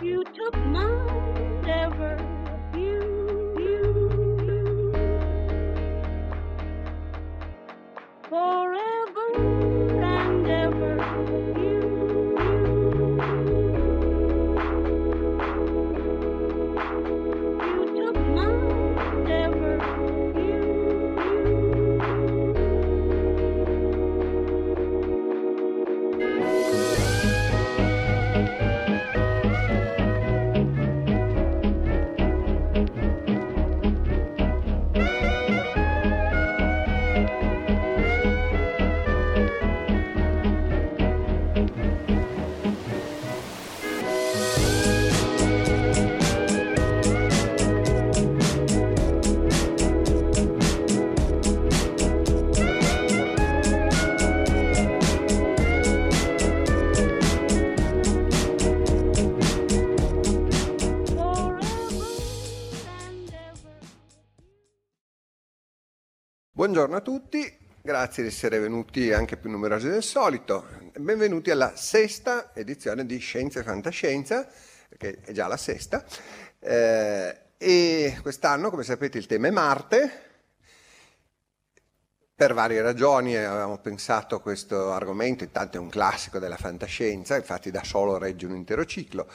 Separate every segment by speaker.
Speaker 1: You took my ever forever and ever. You took my ever.
Speaker 2: Buongiorno a tutti, grazie di essere venuti anche più numerosi del solito. Benvenuti alla sesta edizione di Scienza e Fantascienza, che è già la sesta. E quest'anno, come sapete, il tema è Marte. Per varie ragioni avevamo pensato a questo argomento, intanto è un classico della fantascienza, infatti da solo regge un intero ciclo.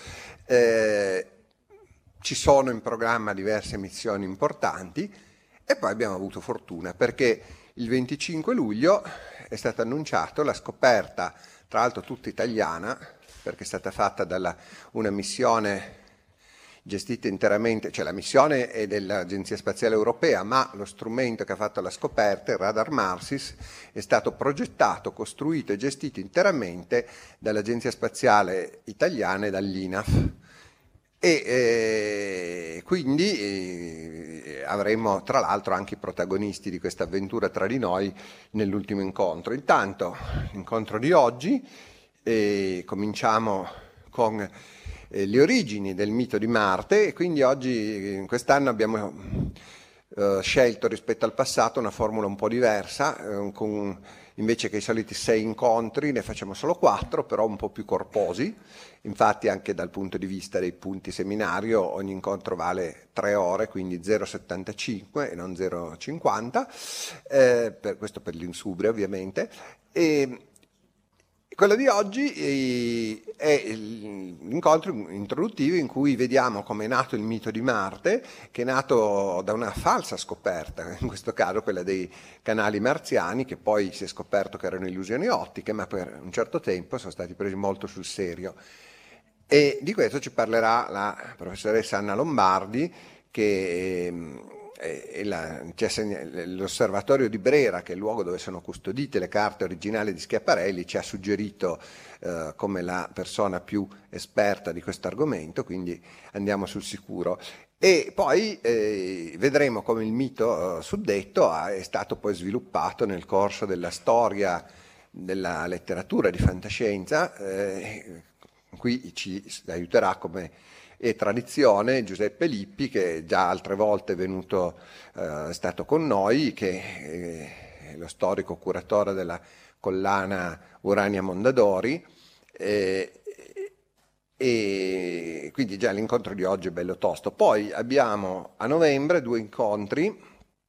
Speaker 2: Ci sono in programma diverse missioni importanti. E poi abbiamo avuto fortuna perché il 25 luglio è stata annunciata la scoperta, tra l'altro tutta italiana, perché è stata fatta da una missione gestita interamente, cioè la missione è dell'Agenzia Spaziale Europea, ma lo strumento che ha fatto la scoperta, il radar Marsis, è stato progettato, costruito e gestito interamente dall'Agenzia Spaziale Italiana e dall'INAF. E quindi avremo tra l'altro anche i protagonisti di questa avventura tra di noi nell'ultimo incontro. Intanto l'incontro di oggi, cominciamo con le origini del mito di Marte, e quindi oggi, quest'anno abbiamo scelto rispetto al passato una formula un po' diversa, invece che i soliti 6 incontri ne facciamo solo 4, però un po' più corposi. Infatti anche dal punto di vista dei punti seminario ogni incontro vale 3 ore, quindi 0,75 e non 0,50, questo per l'insubria ovviamente. E quello di oggi è l'incontro introduttivo in cui vediamo come è nato il mito di Marte, che è nato da una falsa scoperta, in questo caso quella dei canali marziani, che poi si è scoperto che erano illusioni ottiche, ma per un certo tempo sono stati presi molto sul serio. E di questo ci parlerà la professoressa Anna Lombardi, che l'osservatorio di Brera, che è il luogo dove sono custodite le carte originali di Schiaparelli, ci ha suggerito come la persona più esperta di questo argomento, quindi andiamo sul sicuro. E poi vedremo come il mito suddetto è stato poi sviluppato nel corso della storia della letteratura di fantascienza. Qui ci aiuterà, come è tradizione, Giuseppe Lippi, che già altre volte è stato con noi, che è lo storico curatore della collana Urania Mondadori, e quindi già l'incontro di oggi è bello tosto. Poi abbiamo a novembre 2 incontri.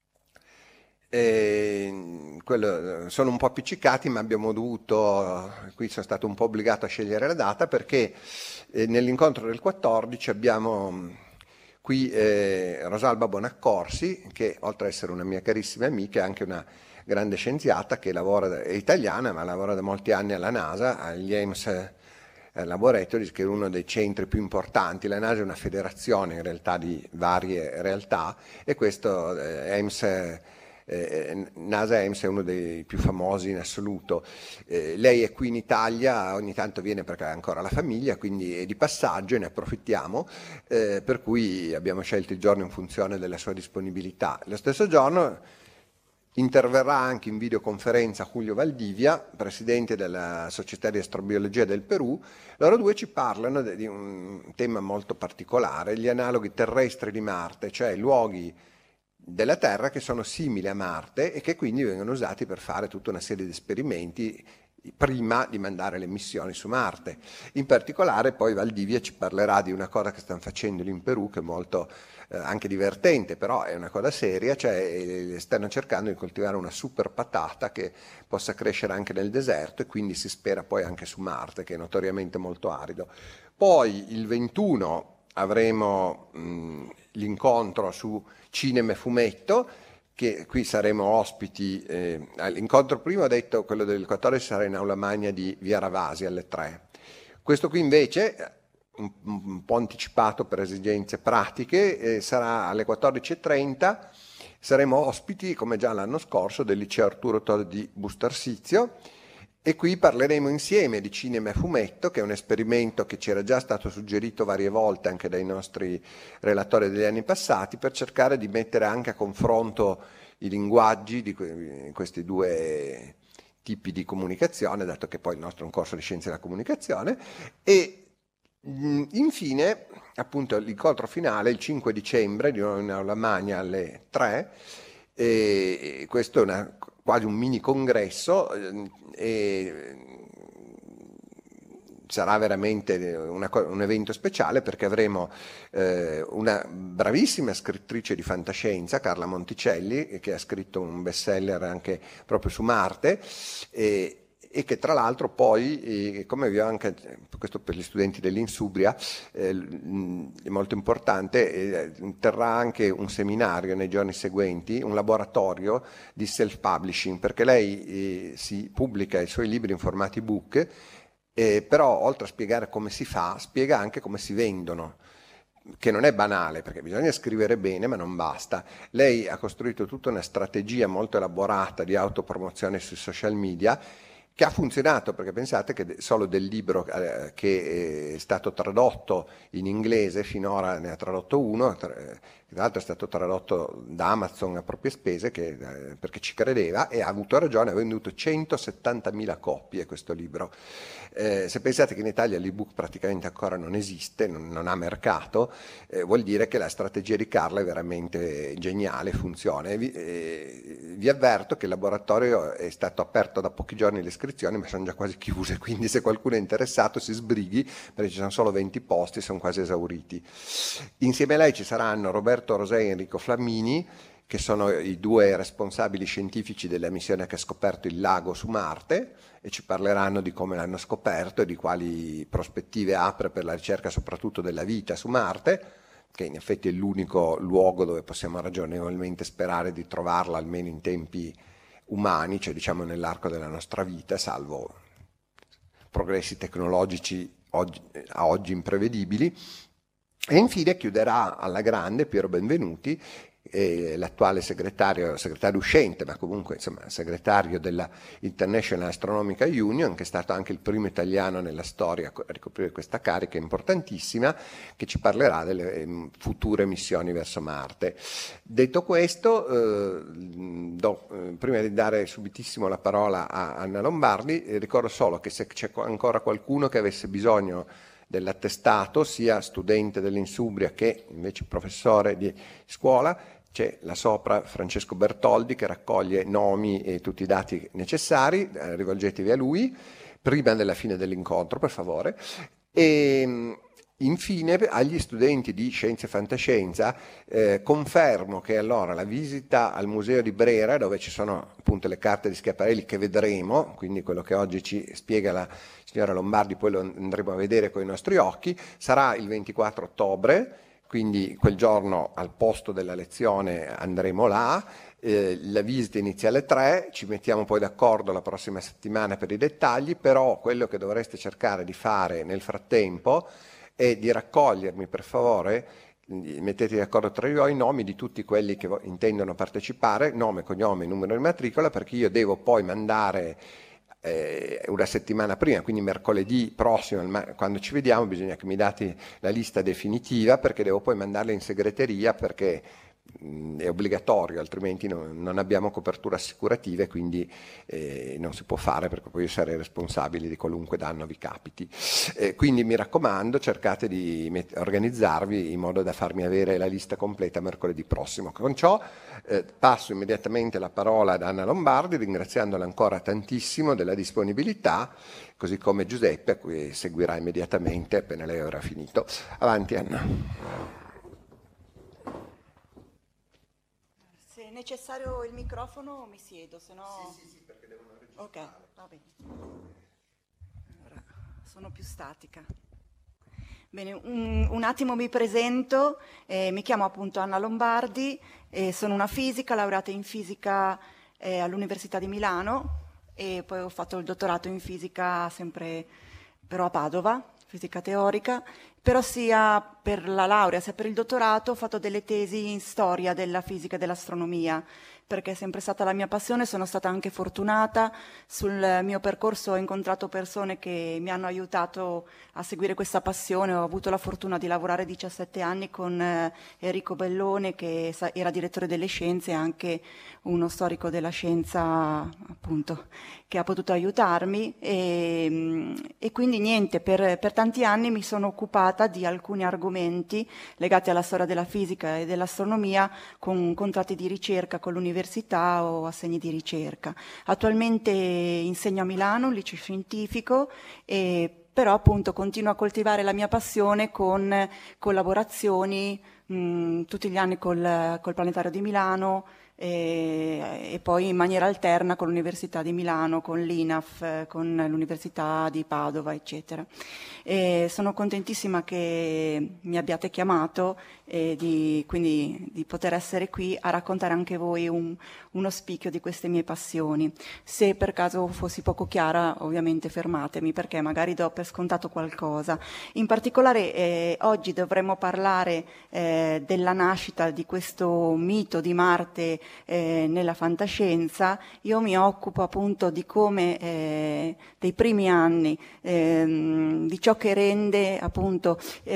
Speaker 2: Sono un po' appiccicati, ma abbiamo dovuto, qui sono stato un po' obbligato a scegliere la data, perché nell'incontro del 14 abbiamo qui Rosalba Bonaccorsi, che oltre ad essere una mia carissima amica è anche una grande scienziata che è italiana, ma lavora da molti anni alla NASA, agli Ames Laboratories, che è uno dei centri più importanti. La NASA è una federazione in realtà di varie realtà, e questo NASA Ames è uno dei più famosi in assoluto. Lei è qui in Italia, ogni tanto viene perché ha ancora la famiglia, quindi è di passaggio e ne approfittiamo, per cui abbiamo scelto il giorno in funzione della sua disponibilità. Lo stesso giorno interverrà anche in videoconferenza Julio Valdivia, presidente della Società di Astrobiologia del Perù. Loro due ci parlano di un tema molto particolare, gli analoghi terrestri di Marte, cioè luoghi della Terra che sono simili a Marte e che quindi vengono usati per fare tutta una serie di esperimenti prima di mandare le missioni su Marte. In particolare poi Valdivia ci parlerà di una cosa che stanno facendo lì in Perù, che è molto anche divertente, però è una cosa seria, cioè stanno cercando di coltivare una super patata che possa crescere anche nel deserto, e quindi si spera poi anche su Marte, che è notoriamente molto arido. Poi il 21 avremo l'incontro su cinema e fumetto, che qui saremo ospiti. All'incontro prima ho detto, quello del 14 sarà in aula magna di Via Ravasi alle 3. Questo qui invece, un po' anticipato per esigenze pratiche, sarà alle 14:30. Saremo ospiti, come già l'anno scorso, del liceo Arturo Todi di Bustarsizio, e qui parleremo insieme di cinema e fumetto, che è un esperimento che ci era già stato suggerito varie volte anche dai nostri relatori degli anni passati, per cercare di mettere anche a confronto i linguaggi di questi due tipi di comunicazione, dato che poi il nostro è un corso di scienze della comunicazione. E infine, appunto, l'incontro finale il 5 dicembre, di nuovo in aula magna alle 3, e questo è quasi un mini congresso, e sarà veramente un evento speciale, perché avremo una bravissima scrittrice di fantascienza, Carla Monticelli, che ha scritto un bestseller anche proprio su Marte, e che tra l'altro poi, come vi ho anche, questo per gli studenti dell'Insubria, è molto importante, terrà anche un seminario nei giorni seguenti, un laboratorio di self-publishing, perché lei si pubblica i suoi libri in formato ebook, però oltre a spiegare come si fa, spiega anche come si vendono, che non è banale, perché bisogna scrivere bene, ma non basta. Lei ha costruito tutta una strategia molto elaborata di autopromozione sui social media, che ha funzionato, perché pensate che solo del libro che è stato tradotto in inglese, finora ne ha tradotto uno, tra l'altro è stato tradotto da Amazon a proprie spese, perché ci credeva, e ha avuto ragione, ha venduto 170.000 copie questo libro. Se pensate che in Italia l'ebook praticamente ancora non esiste, non ha mercato, vuol dire che la strategia di Carla è veramente geniale, funziona. Vi avverto che il laboratorio è stato aperto da pochi giorni, le iscrizioni, ma sono già quasi chiuse, quindi se qualcuno è interessato si sbrighi, perché ci sono solo 20 posti, sono quasi esauriti. Insieme a lei ci saranno Roberto Rosè e Enrico Flammini, che sono i due responsabili scientifici della missione che ha scoperto il lago su Marte, e ci parleranno di come l'hanno scoperto e di quali prospettive apre per la ricerca soprattutto della vita su Marte, che in effetti è l'unico luogo dove possiamo ragionevolmente sperare di trovarla, almeno in tempi umani, cioè diciamo nell'arco della nostra vita, salvo progressi tecnologici a oggi imprevedibili. E infine chiuderà alla grande Piero Benvenuti, l'attuale segretario uscente, ma comunque insomma segretario della International Astronomical Union, che è stato anche il primo italiano nella storia a ricoprire questa carica importantissima, che ci parlerà delle future missioni verso Marte. Detto questo, prima di dare subitissimo la parola a Anna Lombardi, ricordo solo che se c'è ancora qualcuno che avesse bisogno dell'attestato, sia studente dell'Insubria che invece professore di scuola, c'è là sopra Francesco Bertoldi che raccoglie nomi e tutti i dati necessari, rivolgetevi a lui prima della fine dell'incontro, per favore. E infine agli studenti di Scienze e Fantascienza confermo che allora la visita al museo di Brera, dove ci sono appunto le carte di Schiaparelli che vedremo, quindi quello che oggi ci spiega la signora Lombardi poi lo andremo a vedere con i nostri occhi, sarà il 24 ottobre, quindi quel giorno al posto della lezione andremo là. La visita inizia alle 3, ci mettiamo poi d'accordo la prossima settimana per i dettagli, però quello che dovreste cercare di fare nel frattempo è di raccogliermi, per favore, mettete d'accordo tra di voi i nomi di tutti quelli che intendono partecipare, nome, cognome, numero di matricola, perché io devo poi mandare una settimana prima, quindi mercoledì prossimo, quando ci vediamo, bisogna che mi date la lista definitiva, perché devo poi mandarla in segreteria, perché è obbligatorio, altrimenti non abbiamo coperture assicurative, quindi non si può fare, perché poi io sarei responsabile di qualunque danno vi capiti. Quindi mi raccomando, cercate di organizzarvi in modo da farmi avere la lista completa mercoledì prossimo. Con ciò passo immediatamente la parola ad Anna Lombardi, ringraziandola ancora tantissimo della disponibilità, così come Giuseppe, a cui seguirà immediatamente appena lei avrà finito. Avanti Anna.
Speaker 3: Se è necessario il microfono mi siedo, se no...
Speaker 2: Sì, perché devono registrare.
Speaker 3: Ok, va bene. Allora, sono più statica. Bene, un attimo mi presento, mi chiamo appunto Anna Lombardi, sono una fisica, laureata in fisica all'Università di Milano e poi ho fatto il dottorato in fisica sempre però a Padova, fisica teorica, però sia per la laurea sia per il dottorato ho fatto delle tesi in storia della fisica e dell'astronomia, perché è sempre stata la mia passione. Sono stata anche fortunata, sul mio percorso ho incontrato persone che mi hanno aiutato a seguire questa passione. Ho avuto la fortuna di lavorare 17 anni con Enrico Bellone, che era direttore delle scienze e anche uno storico della scienza, appunto, che ha potuto aiutarmi e quindi niente, per tanti anni mi sono occupata di alcuni argomenti legati alla storia della fisica e dell'astronomia con contratti di ricerca con l'università o assegni di ricerca. Attualmente insegno a Milano, un liceo scientifico, però appunto continuo a coltivare la mia passione con collaborazioni tutti gli anni col Planetario di Milano e poi in maniera alterna con l'Università di Milano, con l'INAF, con l'Università di Padova, eccetera. Sono contentissima che mi abbiate chiamato e quindi di poter essere qui a raccontare anche voi uno spicchio di queste mie passioni. Se per caso fossi poco chiara, ovviamente fermatemi, perché magari do per scontato qualcosa. In particolare oggi dovremmo parlare della nascita di questo mito di Marte nella fantascienza. Io mi occupo appunto di come dei primi anni, di ciò che rende appunto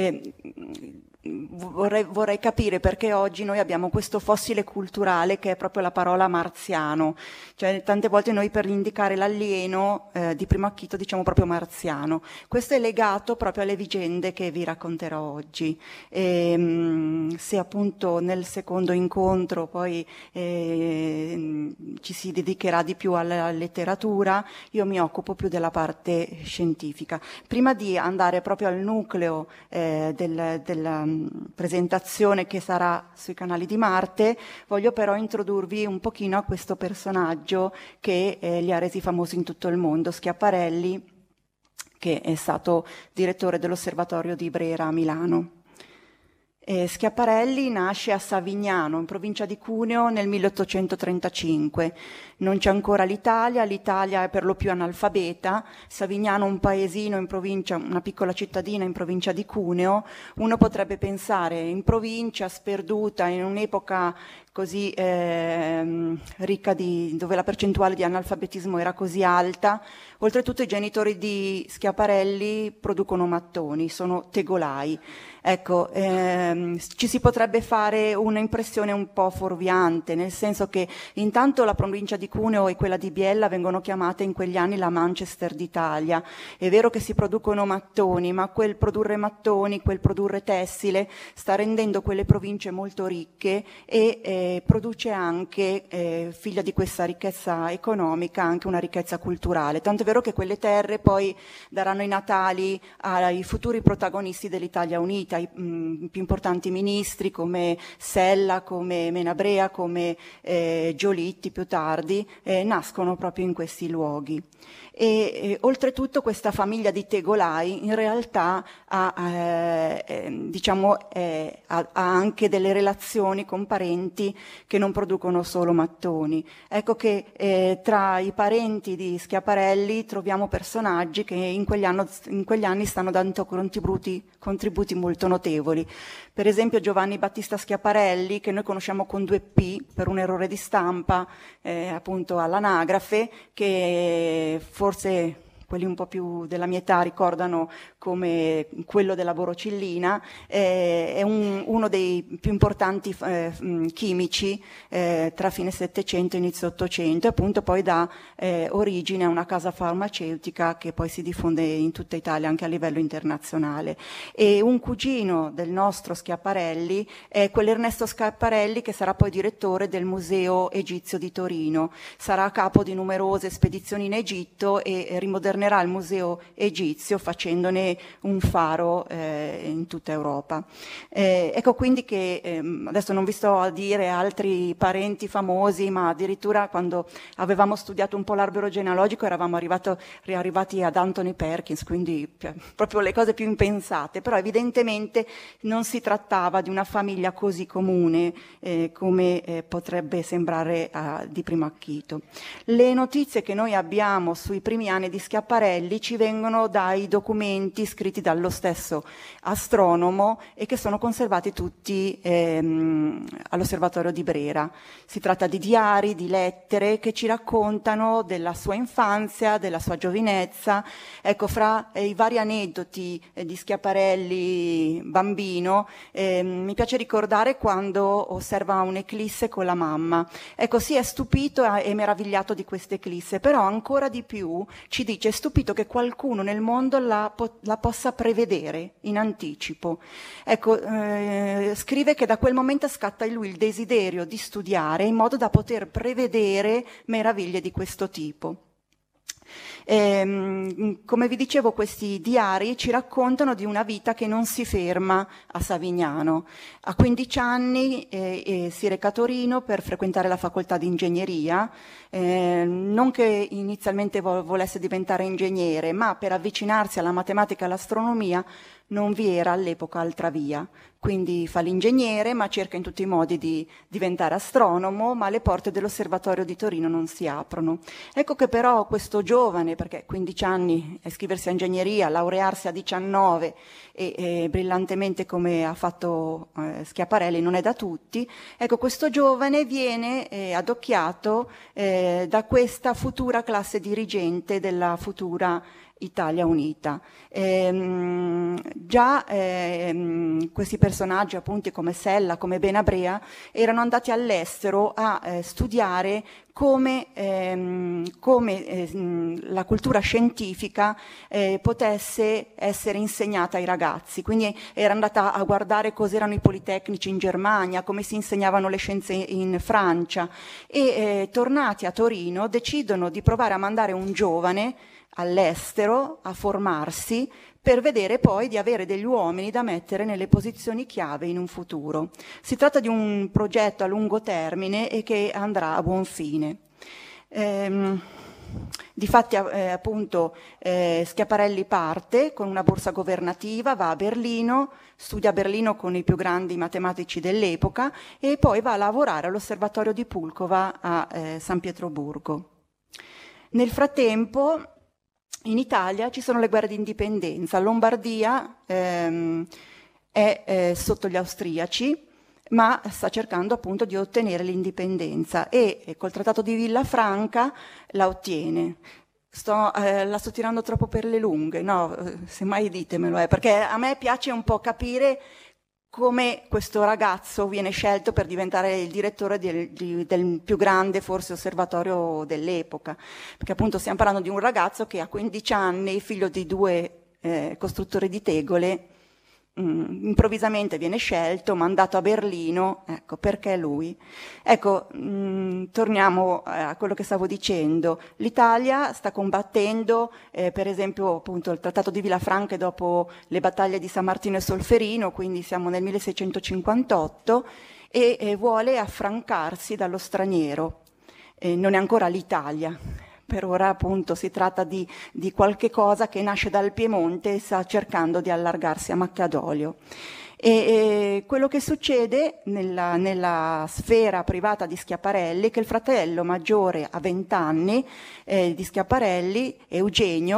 Speaker 3: vorrei capire perché oggi noi abbiamo questo fossile culturale che è proprio la parola marziano, cioè tante volte noi per indicare l'alieno di primo acchito diciamo proprio marziano. Questo è legato proprio alle vicende che vi racconterò oggi. Se appunto nel secondo incontro poi ci si dedicherà di più alla letteratura, io mi occupo più della parte scientifica. Prima di andare proprio al nucleo della presentazione che sarà sui canali di Marte, voglio però introdurvi un pochino a questo personaggio che li ha resi famosi in tutto il mondo, Schiaparelli, che è stato direttore dell'Osservatorio di Brera a Milano. Schiaparelli nasce a Savignano, in provincia di Cuneo, nel 1835. Non c'è ancora l'Italia è per lo più analfabeta. Savignano, un paesino in provincia, una piccola cittadina in provincia di Cuneo. Uno potrebbe pensare in provincia, sperduta, in un'epoca così ricca dove la percentuale di analfabetismo era così alta. Oltretutto i genitori di Schiaparelli producono mattoni, sono tegolai. Ecco, ci si potrebbe fare un'impressione un po' fuorviante, nel senso che intanto la provincia di Cuneo e quella di Biella vengono chiamate in quegli anni la Manchester d'Italia. È vero che si producono mattoni, ma quel produrre mattoni, quel produrre tessile sta rendendo quelle province molto ricche e produce anche, figlia di questa ricchezza economica, anche una ricchezza culturale. Tanto è vero che quelle terre poi daranno i natali ai futuri protagonisti dell'Italia Unita, i più importanti ministri come Sella, come Menabrea, come Giolitti più tardi, nascono proprio in questi luoghi. Oltretutto questa famiglia di tegolai in realtà ha anche delle relazioni con parenti che non producono solo mattoni. Ecco che tra i parenti di Schiaparelli troviamo personaggi che in quegli anni stanno dando contributi molto notevoli. Per esempio Giovanni Battista Schiaparelli, che noi conosciamo con 2P per un errore di stampa appunto all'anagrafe, che forse quelli un po' più della mia età ricordano come quello della borocillina, è uno dei più importanti chimici tra fine Settecento e inizio Ottocento, e appunto poi dà origine a una casa farmaceutica che poi si diffonde in tutta Italia anche a livello internazionale. E un cugino del nostro Schiaparelli è quell'Ernesto Schiaparelli che sarà poi direttore del Museo Egizio di Torino, sarà a capo di numerose spedizioni in Egitto e rimodernerà il Museo Egizio facendone un faro in tutta Europa. Ecco quindi che adesso non vi sto a dire altri parenti famosi, ma addirittura quando avevamo studiato un po' l'albero genealogico eravamo arrivati ad Anthony Perkins, quindi proprio le cose più impensate, però evidentemente non si trattava di una famiglia così comune come potrebbe sembrare di primo acchito. Le notizie che noi abbiamo sui primi anni di Schiaparelli ci vengono dai documenti scritti dallo stesso astronomo e che sono conservati tutti all'osservatorio di Brera. Si tratta di diari, di lettere che ci raccontano della sua infanzia, della sua giovinezza. Ecco, fra i vari aneddoti di Schiaparelli bambino, mi piace ricordare quando osserva un'eclisse con la mamma. Ecco, si è stupito e meravigliato di questa eclisse, però ancora di più ci dice: è stupito che qualcuno nel mondo la possa prevedere in anticipo. Ecco, scrive che da quel momento scatta in lui il desiderio di studiare in modo da poter prevedere meraviglie di questo tipo. Come vi dicevo, questi diari ci raccontano di una vita che non si ferma a Savignano. A 15 anni si reca a Torino per frequentare la facoltà di ingegneria, non che inizialmente volesse diventare ingegnere, ma per avvicinarsi alla matematica e all'astronomia non vi era all'epoca altra via. Quindi fa l'ingegnere, ma cerca in tutti i modi di diventare astronomo, ma le porte dell'osservatorio di Torino non si aprono. Ecco che però questo giovane, perché 15 anni iscriversi a ingegneria, laurearsi a 19 e brillantemente come ha fatto Schiaparelli non è da tutti, ecco, questo giovane viene adocchiato da questa futura classe dirigente della futura Italia Unita. Già questi personaggi, appunto, come Sella, come Benabrea, erano andati all'estero a studiare come la cultura scientifica potesse essere insegnata ai ragazzi. Quindi era andata a guardare cos'erano i politecnici in Germania, come si insegnavano le scienze in Francia, e tornati a Torino decidono di provare a mandare un giovane all'estero a formarsi per vedere poi di avere degli uomini da mettere nelle posizioni chiave in un futuro. Si tratta di un progetto a lungo termine e che andrà a buon fine. Difatti appunto Schiaparelli parte con una borsa governativa, va a Berlino, studia a Berlino con i più grandi matematici dell'epoca e poi va a lavorare all'osservatorio di Pulkova a San Pietroburgo. Nel frattempo in Italia ci sono le guerre di indipendenza. Lombardia è sotto gli austriaci, ma sta cercando appunto di ottenere l'indipendenza e col trattato di Villafranca la ottiene. La sto tirando troppo per le lunghe, no? Semmai ditemelo, perché a me piace un po' capire come questo ragazzo viene scelto per diventare il direttore del più grande, forse, osservatorio dell'epoca. Perché appunto stiamo parlando di un ragazzo che a 15 anni, figlio di due costruttori di tegole, improvvisamente viene scelto, mandato a Berlino. Ecco, perché lui? Ecco, torniamo a quello che stavo dicendo. L'Italia sta combattendo, per esempio, appunto, il Trattato di Villafranca dopo le battaglie di San Martino e Solferino, quindi siamo nel 1658, e vuole affrancarsi dallo straniero. Non è ancora l'Italia. Per ora appunto si tratta di qualche cosa che nasce dal Piemonte e sta cercando di allargarsi a macchia d'olio. E quello che succede nella sfera privata di Schiaparelli è che il fratello maggiore a 20 anni di Schiaparelli, Eugenio,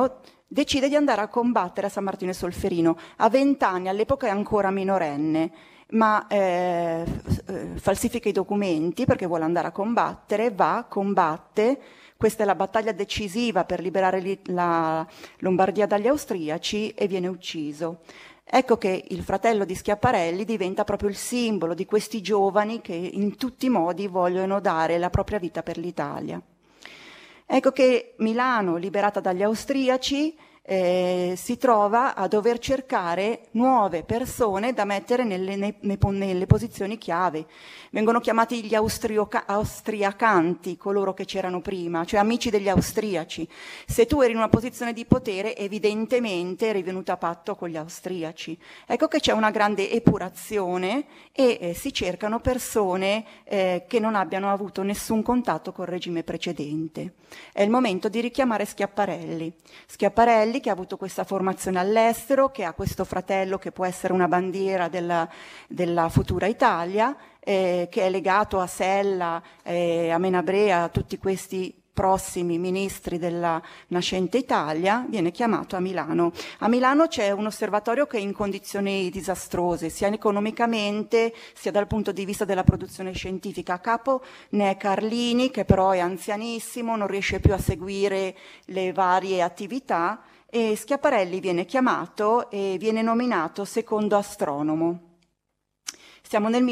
Speaker 3: decide di andare a combattere a San Martino e Solferino. A 20 anni, all'epoca è ancora minorenne, ma falsifica i documenti perché vuole andare a combattere, va, combatte. Questa è la battaglia decisiva per liberare la Lombardia dagli austriaci e viene ucciso. Ecco che il fratello di Schiaparelli diventa proprio il simbolo di questi giovani che in tutti i modi vogliono dare la propria vita per l'Italia. Ecco che Milano, liberata dagli austriaci, si trova a dover cercare nuove persone da mettere nelle posizioni chiave. Vengono chiamati gli austriacanti, coloro che c'erano prima, cioè amici degli austriaci. Se tu eri in una posizione di potere, evidentemente eri venuto a patto con gli austriaci. Ecco che c'è una grande epurazione e si cercano persone che non abbiano avuto nessun contatto col regime precedente. È il momento di richiamare Schiaparelli. Schiaparelli, che ha avuto questa formazione all'estero, che ha questo fratello che può essere una bandiera della futura Italia, che è legato a Sella, a Menabrea, a tutti questi prossimi ministri della nascente Italia, viene chiamato a Milano. A Milano c'è un osservatorio che è in condizioni disastrose, sia economicamente sia dal punto di vista della produzione scientifica. A capo ne è Carlini, che però è anzianissimo, non riesce più a seguire le varie attività, e Schiaparelli viene chiamato e viene nominato secondo astronomo. Siamo nel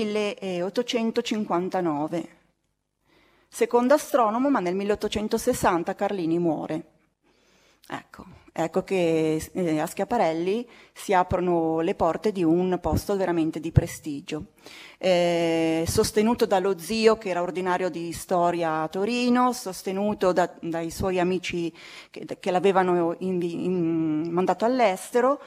Speaker 3: 1859. Secondo astronomo, ma nel 1860 Carlini muore. Ecco che a Schiaparelli si aprono le porte di un posto veramente di prestigio. Sostenuto dallo zio, che era ordinario di storia a Torino, sostenuto dai suoi amici che l'avevano mandato all'estero,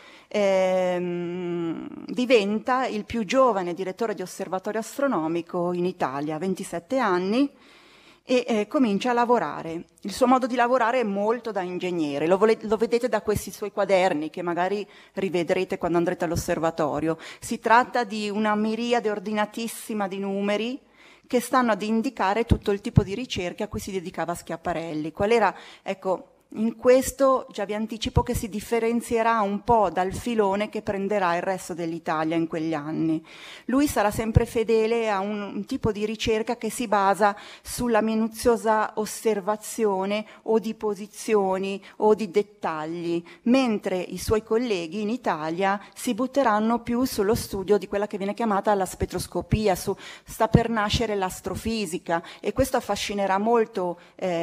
Speaker 3: diventa il più giovane direttore di osservatorio astronomico in Italia, a 27 anni, e comincia a lavorare. Il suo modo di lavorare è molto da ingegnere, lo vedete da questi suoi quaderni che magari rivedrete quando andrete all'osservatorio. Si tratta di una miriade ordinatissima di numeri che stanno ad indicare tutto il tipo di ricerche a cui si dedicava Schiaparelli. Qual era, ecco, in questo già vi anticipo che si differenzierà un po' dal filone che prenderà il resto dell'Italia in quegli anni. Lui sarà sempre fedele a un tipo di ricerca che si basa sulla minuziosa osservazione o di posizioni o di dettagli, mentre i suoi colleghi in Italia si butteranno più sullo studio di quella che viene chiamata la spettroscopia, sta per nascere l'astrofisica, e questo affascinerà molto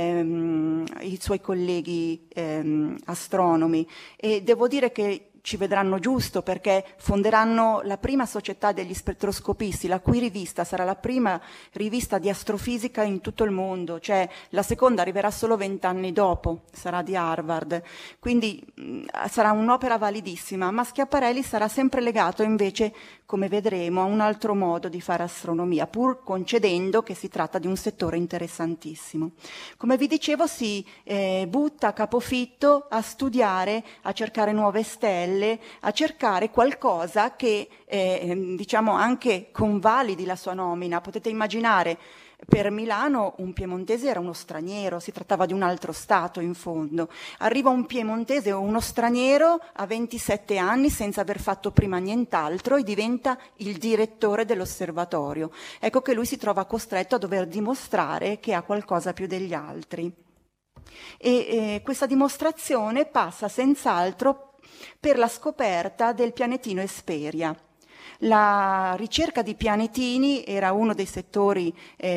Speaker 3: i suoi colleghi astronomi, e devo dire che ci vedranno giusto, perché fonderanno la prima società degli spettroscopisti, la cui rivista sarà la prima rivista di astrofisica in tutto il mondo, cioè la seconda arriverà solo 20 anni dopo, sarà di Harvard, quindi sarà un'opera validissima, ma Schiaparelli sarà sempre legato invece, come vedremo, a un altro modo di fare astronomia, pur concedendo che si tratta di un settore interessantissimo. Come vi dicevo, si butta a capofitto a studiare, a cercare nuove stelle, a cercare qualcosa che diciamo anche convalidi la sua nomina. Potete immaginare, per Milano un piemontese era uno straniero, si trattava di un altro stato in fondo. Arriva un piemontese o uno straniero a 27 anni senza aver fatto prima nient'altro e diventa il direttore dell'osservatorio. Ecco che lui si trova costretto a dover dimostrare che ha qualcosa più degli altri. E questa dimostrazione passa senz'altro per la scoperta del pianetino Hesperia. La ricerca di pianetini era uno dei settori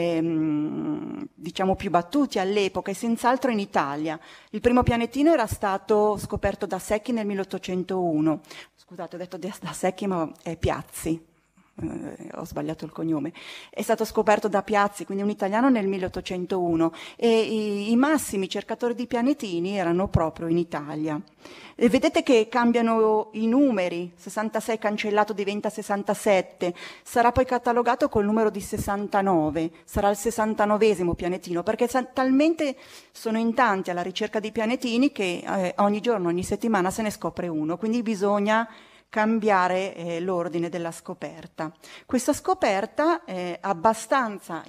Speaker 3: diciamo più battuti all'epoca, e senz'altro in Italia. Il primo pianetino era stato scoperto da Secchi nel 1801. Scusate, ho detto da Secchi, ma è Piazzi. Ho sbagliato il cognome. È stato scoperto da Piazzi, quindi un italiano, nel 1801, e i massimi cercatori di pianetini erano proprio in Italia. E vedete che cambiano i numeri, 66 cancellato diventa 67, sarà poi catalogato col numero di 69, sarà il 69esimo pianetino, perché talmente sono in tanti alla ricerca di pianetini che ogni giorno, ogni settimana se ne scopre uno, quindi bisogna cambiare l'ordine della scoperta. Questa scoperta è abbastanza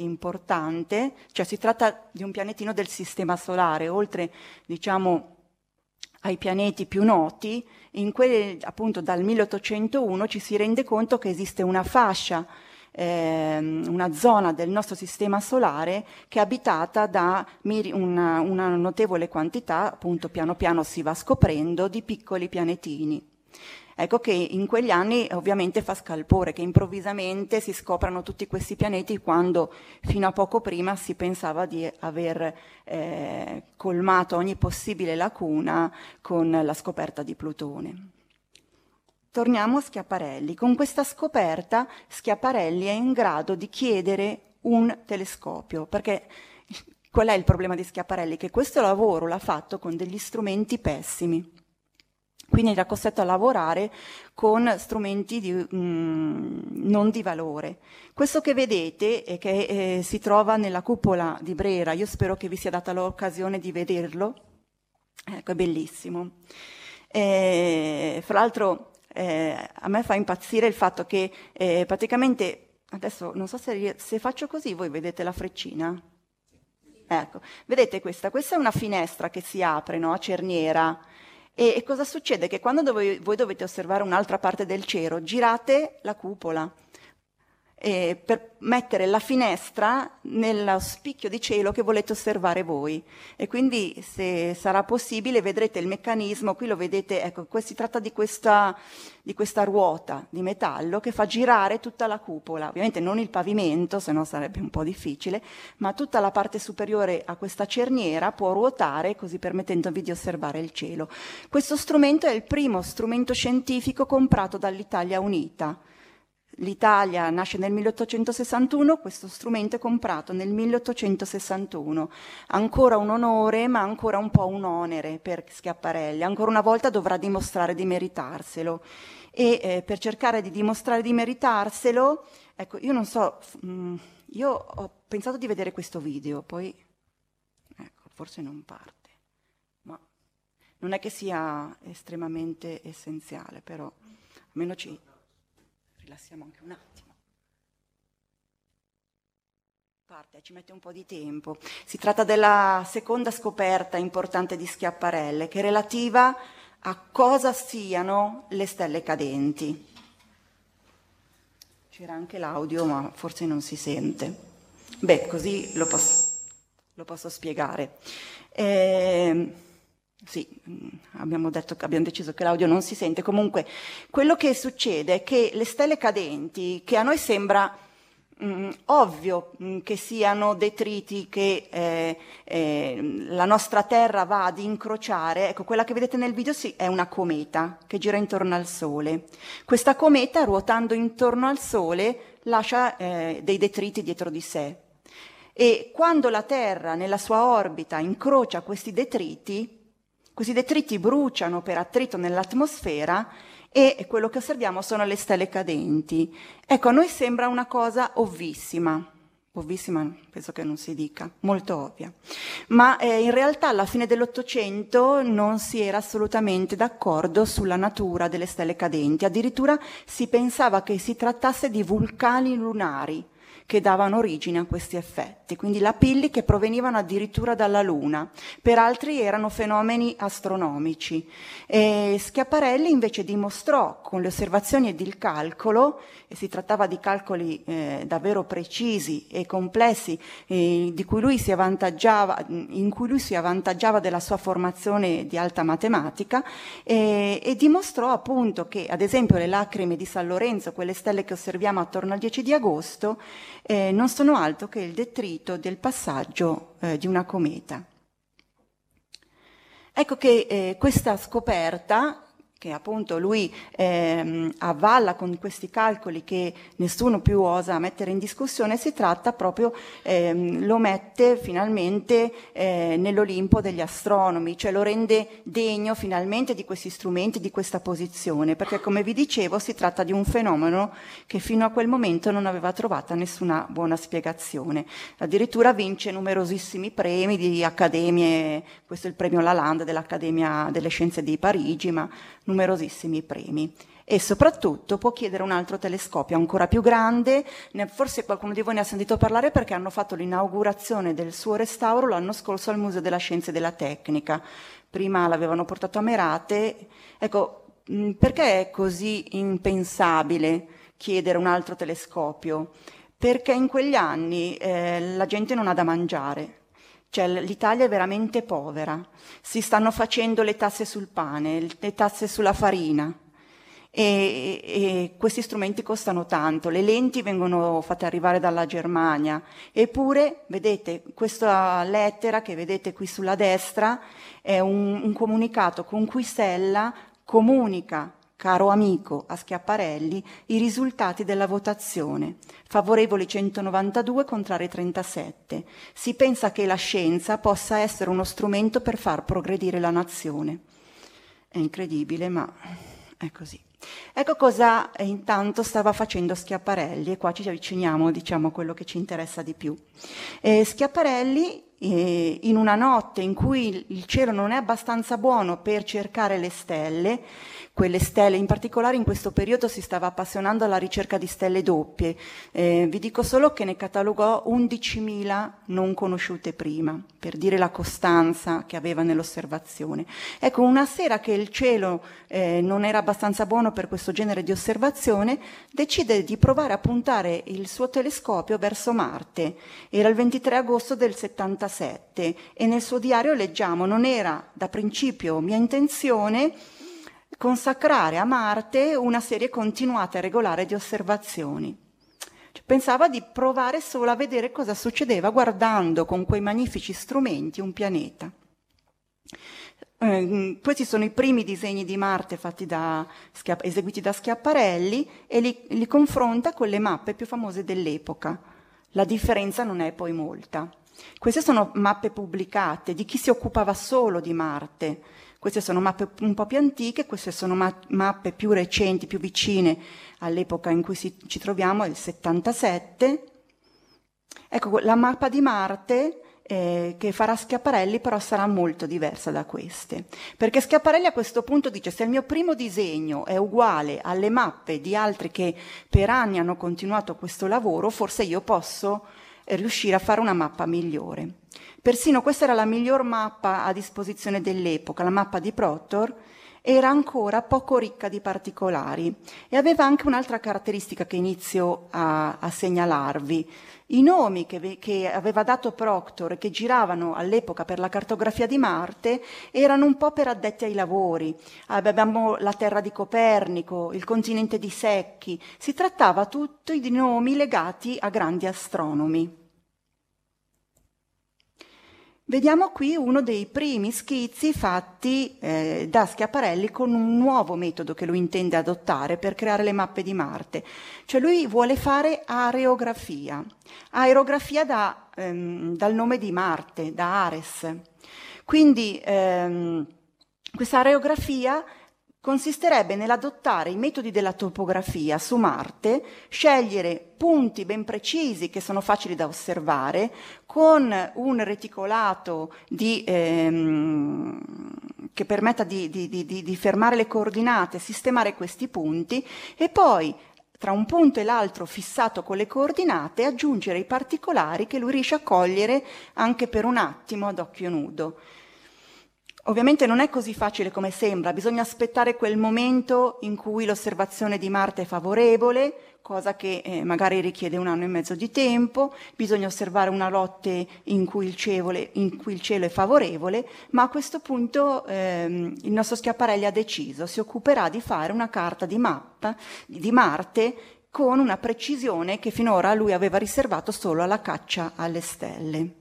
Speaker 3: importante, cioè si tratta di un pianetino del sistema solare, oltre, diciamo, ai pianeti più noti, appunto dal 1801 ci si rende conto che esiste una fascia, una zona del nostro sistema solare che è abitata da una notevole quantità, appunto piano piano si va scoprendo, di piccoli pianetini. Ecco che in quegli anni ovviamente fa scalpore che improvvisamente si scoprano tutti questi pianeti quando fino a poco prima si pensava di aver colmato ogni possibile lacuna con la scoperta di Plutone. Torniamo a Schiaparelli. Con questa scoperta Schiaparelli è in grado di chiedere un telescopio, perché qual è il problema di Schiaparelli? Che questo lavoro l'ha fatto con degli strumenti pessimi. Quindi era costretto a lavorare con strumenti non di valore. Questo che vedete e che si trova nella cupola di Brera, io spero che vi sia data l'occasione di vederlo, ecco, è bellissimo. Fra l'altro a me fa impazzire il fatto che praticamente, adesso non so se faccio così voi vedete la freccina? Ecco, vedete questa è una finestra che si apre, no, a cerniera. E cosa succede? Che quando voi dovete osservare un'altra parte del cielo, girate la cupola per mettere la finestra nello spicchio di cielo che volete osservare voi. E quindi, se sarà possibile, vedrete il meccanismo, qui lo vedete, ecco, si tratta di questa ruota di metallo che fa girare tutta la cupola, ovviamente non il pavimento, se no sarebbe un po' difficile, ma tutta la parte superiore a questa cerniera può ruotare, così permettendovi di osservare il cielo. Questo strumento è il primo strumento scientifico comprato dall'Italia Unita. L'Italia nasce nel 1861, questo strumento è comprato nel 1861. Ancora un onore, ma ancora un po' un onere per Schiaparelli. Ancora una volta dovrà dimostrare di meritarselo. E per cercare di dimostrare di meritarselo, ecco, io non so, io ho pensato di vedere questo video, poi, ecco, forse non parte. Ma non è che sia estremamente essenziale, però almeno ci rilassiamo anche un attimo. Parte, ci mette un po' di tempo. Si tratta della seconda scoperta importante di Schiaparelli, che è relativa a cosa siano le stelle cadenti. C'era anche l'audio, ma forse non si sente. Beh, così lo posso spiegare. Sì, abbiamo deciso che l'audio non si sente. Comunque, quello che succede è che le stelle cadenti, che a noi sembra ovvio che siano detriti che la nostra Terra va ad incrociare, ecco, quella che vedete nel video è una cometa che gira intorno al Sole. Questa cometa, ruotando intorno al Sole, lascia dei detriti dietro di sé. E quando la Terra, nella sua orbita, incrocia questi detriti bruciano per attrito nell'atmosfera e quello che osserviamo sono le stelle cadenti. Ecco, a noi sembra una cosa ovvissima, penso che non si dica, molto ovvia, ma in realtà alla fine dell'Ottocento non si era assolutamente d'accordo sulla natura delle stelle cadenti, addirittura si pensava che si trattasse di vulcani lunari che davano origine a questi effetti, quindi lapilli che provenivano addirittura dalla Luna, per altri erano fenomeni astronomici. Schiaparelli invece dimostrò con le osservazioni ed il calcolo, e si trattava di calcoli davvero precisi e complessi, in cui lui si avvantaggiava della sua formazione di alta matematica, e dimostrò appunto che, ad esempio, le lacrime di San Lorenzo, quelle stelle che osserviamo attorno al 10 di agosto, non sono altro che il detrito del passaggio di una cometa. Ecco che questa scoperta, che appunto lui avvalla con questi calcoli che nessuno più osa mettere in discussione, si tratta proprio, lo mette finalmente nell'Olimpo degli astronomi, cioè lo rende degno finalmente di questi strumenti, di questa posizione, perché come vi dicevo si tratta di un fenomeno che fino a quel momento non aveva trovato nessuna buona spiegazione. Addirittura vince numerosissimi premi di accademie, questo è il premio Lalande dell'Accademia delle Scienze di Parigi, ma numerosissimi premi. E soprattutto può chiedere un altro telescopio ancora più grande, forse qualcuno di voi ne ha sentito parlare perché hanno fatto l'inaugurazione del suo restauro l'anno scorso al Museo della Scienza e della Tecnica, prima l'avevano portato a Merate. Ecco, perché è così impensabile chiedere un altro telescopio? Perché in quegli anni la gente non ha da mangiare. Cioè l'Italia è veramente povera, si stanno facendo le tasse sul pane, le tasse sulla farina e questi strumenti costano tanto, le lenti vengono fatte arrivare dalla Germania, eppure vedete questa lettera che vedete qui sulla destra è un comunicato con cui Sella comunica, caro amico, a Schiaparelli, i risultati della votazione. Favorevoli 192, contrari 37. Si pensa che la scienza possa essere uno strumento per far progredire la nazione. È incredibile, ma è così. Ecco cosa intanto stava facendo Schiaparelli, e qua ci avviciniamo, diciamo, a quello che ci interessa di più. Schiaparelli, in una notte in cui il cielo non è abbastanza buono per cercare le stelle, quelle stelle, in particolare in questo periodo si stava appassionando alla ricerca di stelle doppie. Vi dico solo che ne catalogò 11.000 non conosciute prima, per dire la costanza che aveva nell'osservazione. Ecco, una sera che il cielo non era abbastanza buono per questo genere di osservazione, decide di provare a puntare il suo telescopio verso Marte. Era il 23 agosto del 77 e nel suo diario leggiamo: non era da principio mia intenzione consacrare a Marte una serie continuata e regolare di osservazioni. Cioè, pensava di provare solo a vedere cosa succedeva guardando con quei magnifici strumenti un pianeta. Questi sono i primi disegni di Marte eseguiti da Schiaparelli e li confronta con le mappe più famose dell'epoca. La differenza non è poi molta. Queste sono mappe pubblicate di chi si occupava solo di Marte. Queste sono mappe un po' più antiche, queste sono mappe più recenti, più vicine all'epoca in cui ci troviamo, il 77. Ecco, la mappa di Marte che farà Schiaparelli però sarà molto diversa da queste, perché Schiaparelli a questo punto dice: se il mio primo disegno è uguale alle mappe di altri che per anni hanno continuato questo lavoro, forse io posso riuscire a fare una mappa migliore. Persino questa era la miglior mappa a disposizione dell'epoca, la mappa di Proctor, era ancora poco ricca di particolari e aveva anche un'altra caratteristica che inizio a segnalarvi. I nomi che aveva dato Proctor e che giravano all'epoca per la cartografia di Marte erano un po' per addetti ai lavori. Abbiamo la terra di Copernico, il continente di Secchi. Si trattava tutto di nomi legati a grandi astronomi. Vediamo qui uno dei primi schizzi fatti da Schiaparelli con un nuovo metodo che lui intende adottare per creare le mappe di Marte. Cioè lui vuole fare aerografia dal nome di Marte, da Ares. Quindi questa aerografia consisterebbe nell'adottare i metodi della topografia su Marte, scegliere punti ben precisi che sono facili da osservare, con un reticolato che permetta di fermare le coordinate, sistemare questi punti e poi tra un punto e l'altro fissato con le coordinate aggiungere i particolari che lui riesce a cogliere anche per un attimo ad occhio nudo. Ovviamente non è così facile come sembra, bisogna aspettare quel momento in cui l'osservazione di Marte è favorevole, cosa che magari richiede 1 anno e mezzo di tempo, bisogna osservare una notte in cui il cielo è favorevole, ma a questo punto il nostro Schiaparelli ha deciso, si occuperà di fare una carta di mappa di Marte con una precisione che finora lui aveva riservato solo alla caccia alle stelle.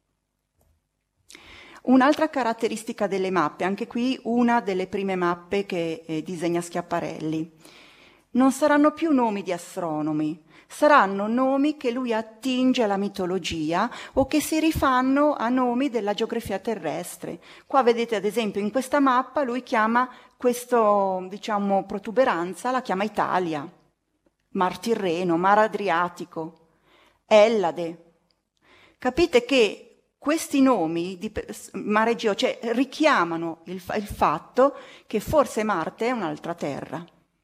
Speaker 3: Un'altra caratteristica delle mappe, anche qui una delle prime mappe che disegna Schiaparelli, non saranno più nomi di astronomi, saranno nomi che lui attinge alla mitologia o che si rifanno a nomi della geografia terrestre. Qua vedete ad esempio in questa mappa lui chiama questa, diciamo, protuberanza, la chiama Italia, Mar Tirreno, Mar Adriatico, Ellade. Capite che questi nomi di Mare Egeo, cioè, richiamano il fatto che forse Marte è un'altra terra.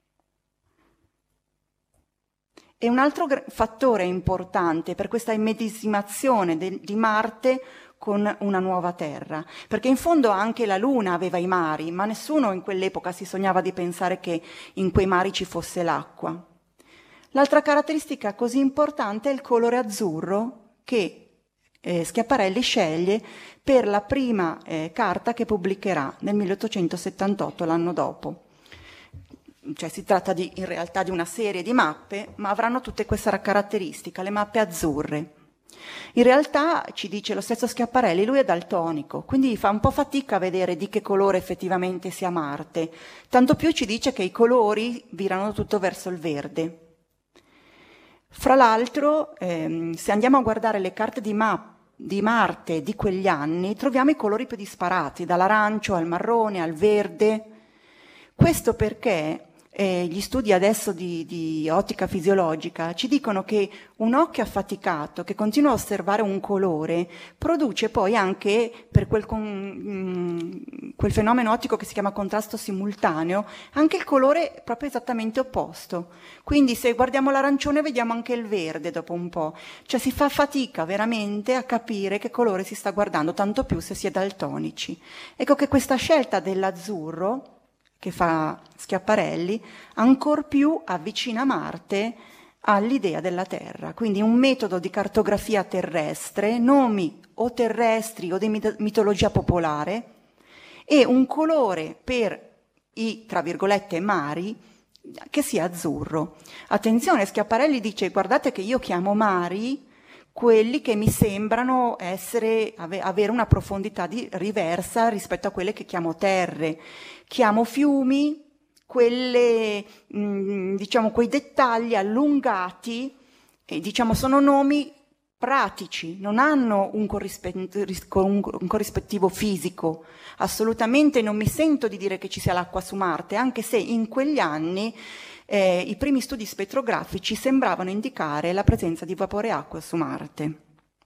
Speaker 3: E un altro fattore importante per questa immedesimazione di Marte con una nuova terra, perché in fondo anche la Luna aveva i mari, ma nessuno in quell'epoca si sognava di pensare che in quei mari ci fosse l'acqua. L'altra caratteristica così importante è il colore azzurro che Schiaparelli sceglie per la prima carta che pubblicherà nel 1878, l'anno dopo. Cioè si tratta in realtà di una serie di mappe, ma avranno tutte questa caratteristica, le mappe azzurre. In realtà, ci dice lo stesso Schiaparelli, lui è daltonico, quindi fa un po' fatica a vedere di che colore effettivamente sia Marte, tanto più ci dice che i colori virano tutto verso il verde. Fra l'altro, se andiamo a guardare le carte di Marte di quegli anni, troviamo i colori più disparati, dall'arancio al marrone al verde. Questo perché gli studi adesso di ottica fisiologica ci dicono che un occhio affaticato che continua a osservare un colore produce poi anche, per quel fenomeno ottico che si chiama contrasto simultaneo, anche il colore proprio esattamente opposto. Quindi se guardiamo l'arancione vediamo anche il verde dopo un po', cioè si fa fatica veramente a capire che colore si sta guardando, tanto più se si è daltonici. Ecco che questa scelta dell'azzurro che fa Schiaparelli, ancor più avvicina Marte all'idea della Terra. Quindi un metodo di cartografia terrestre, nomi o terrestri o di mitologia popolare, e un colore per i, tra virgolette, mari, che sia azzurro. Attenzione, Schiaparelli dice, guardate che io chiamo mari quelli che mi sembrano avere una profondità riversa rispetto a quelle che chiamo terre. Chiamo fiumi, quei dettagli allungati, sono nomi pratici, non hanno un corrispettivo fisico. Assolutamente non mi sento di dire che ci sia l'acqua su Marte, anche se in quegli anni i primi studi spettrografici sembravano indicare la presenza di vapore acqua su Marte.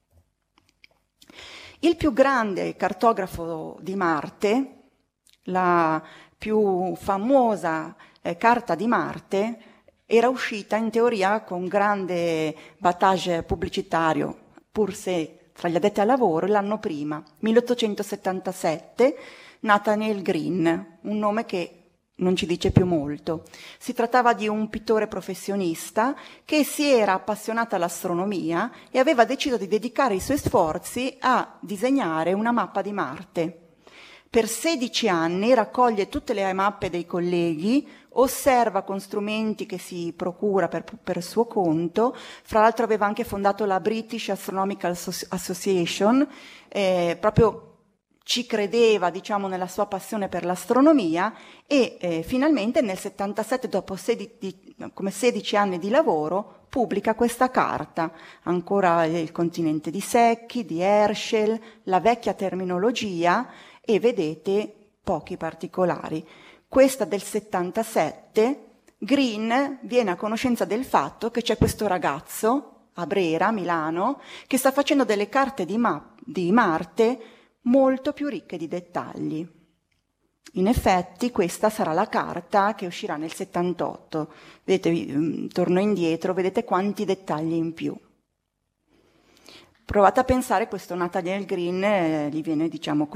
Speaker 3: Il più grande cartografo di Marte, la più famosa carta di Marte, era uscita in teoria con grande battage pubblicitario, pur se tra gli addetti al lavoro, l'anno prima, 1877, Nathaniel Green, un nome che non ci dice più molto. Si trattava di un pittore professionista che si era appassionato all'astronomia e aveva deciso di dedicare i suoi sforzi a disegnare una mappa di Marte. Per 16 anni raccoglie tutte le mappe dei colleghi, osserva con strumenti che si procura per suo conto. Fra l'altro aveva anche fondato la British Astronomical Association, proprio ci credeva, nella sua passione per l'astronomia e finalmente nel 77, dopo 16 anni di lavoro, pubblica questa carta. Ancora il continente di Secchi, di Herschel, la vecchia terminologia e vedete pochi particolari. Questa del 77, Green viene a conoscenza del fatto che c'è questo ragazzo a Brera, Milano, che sta facendo delle carte di Marte molto più ricche di dettagli. In effetti questa sarà la carta che uscirà nel 78. Vedete, torno indietro, vedete quanti dettagli in più. Provate a pensare, questo Nathaniel Green gli viene,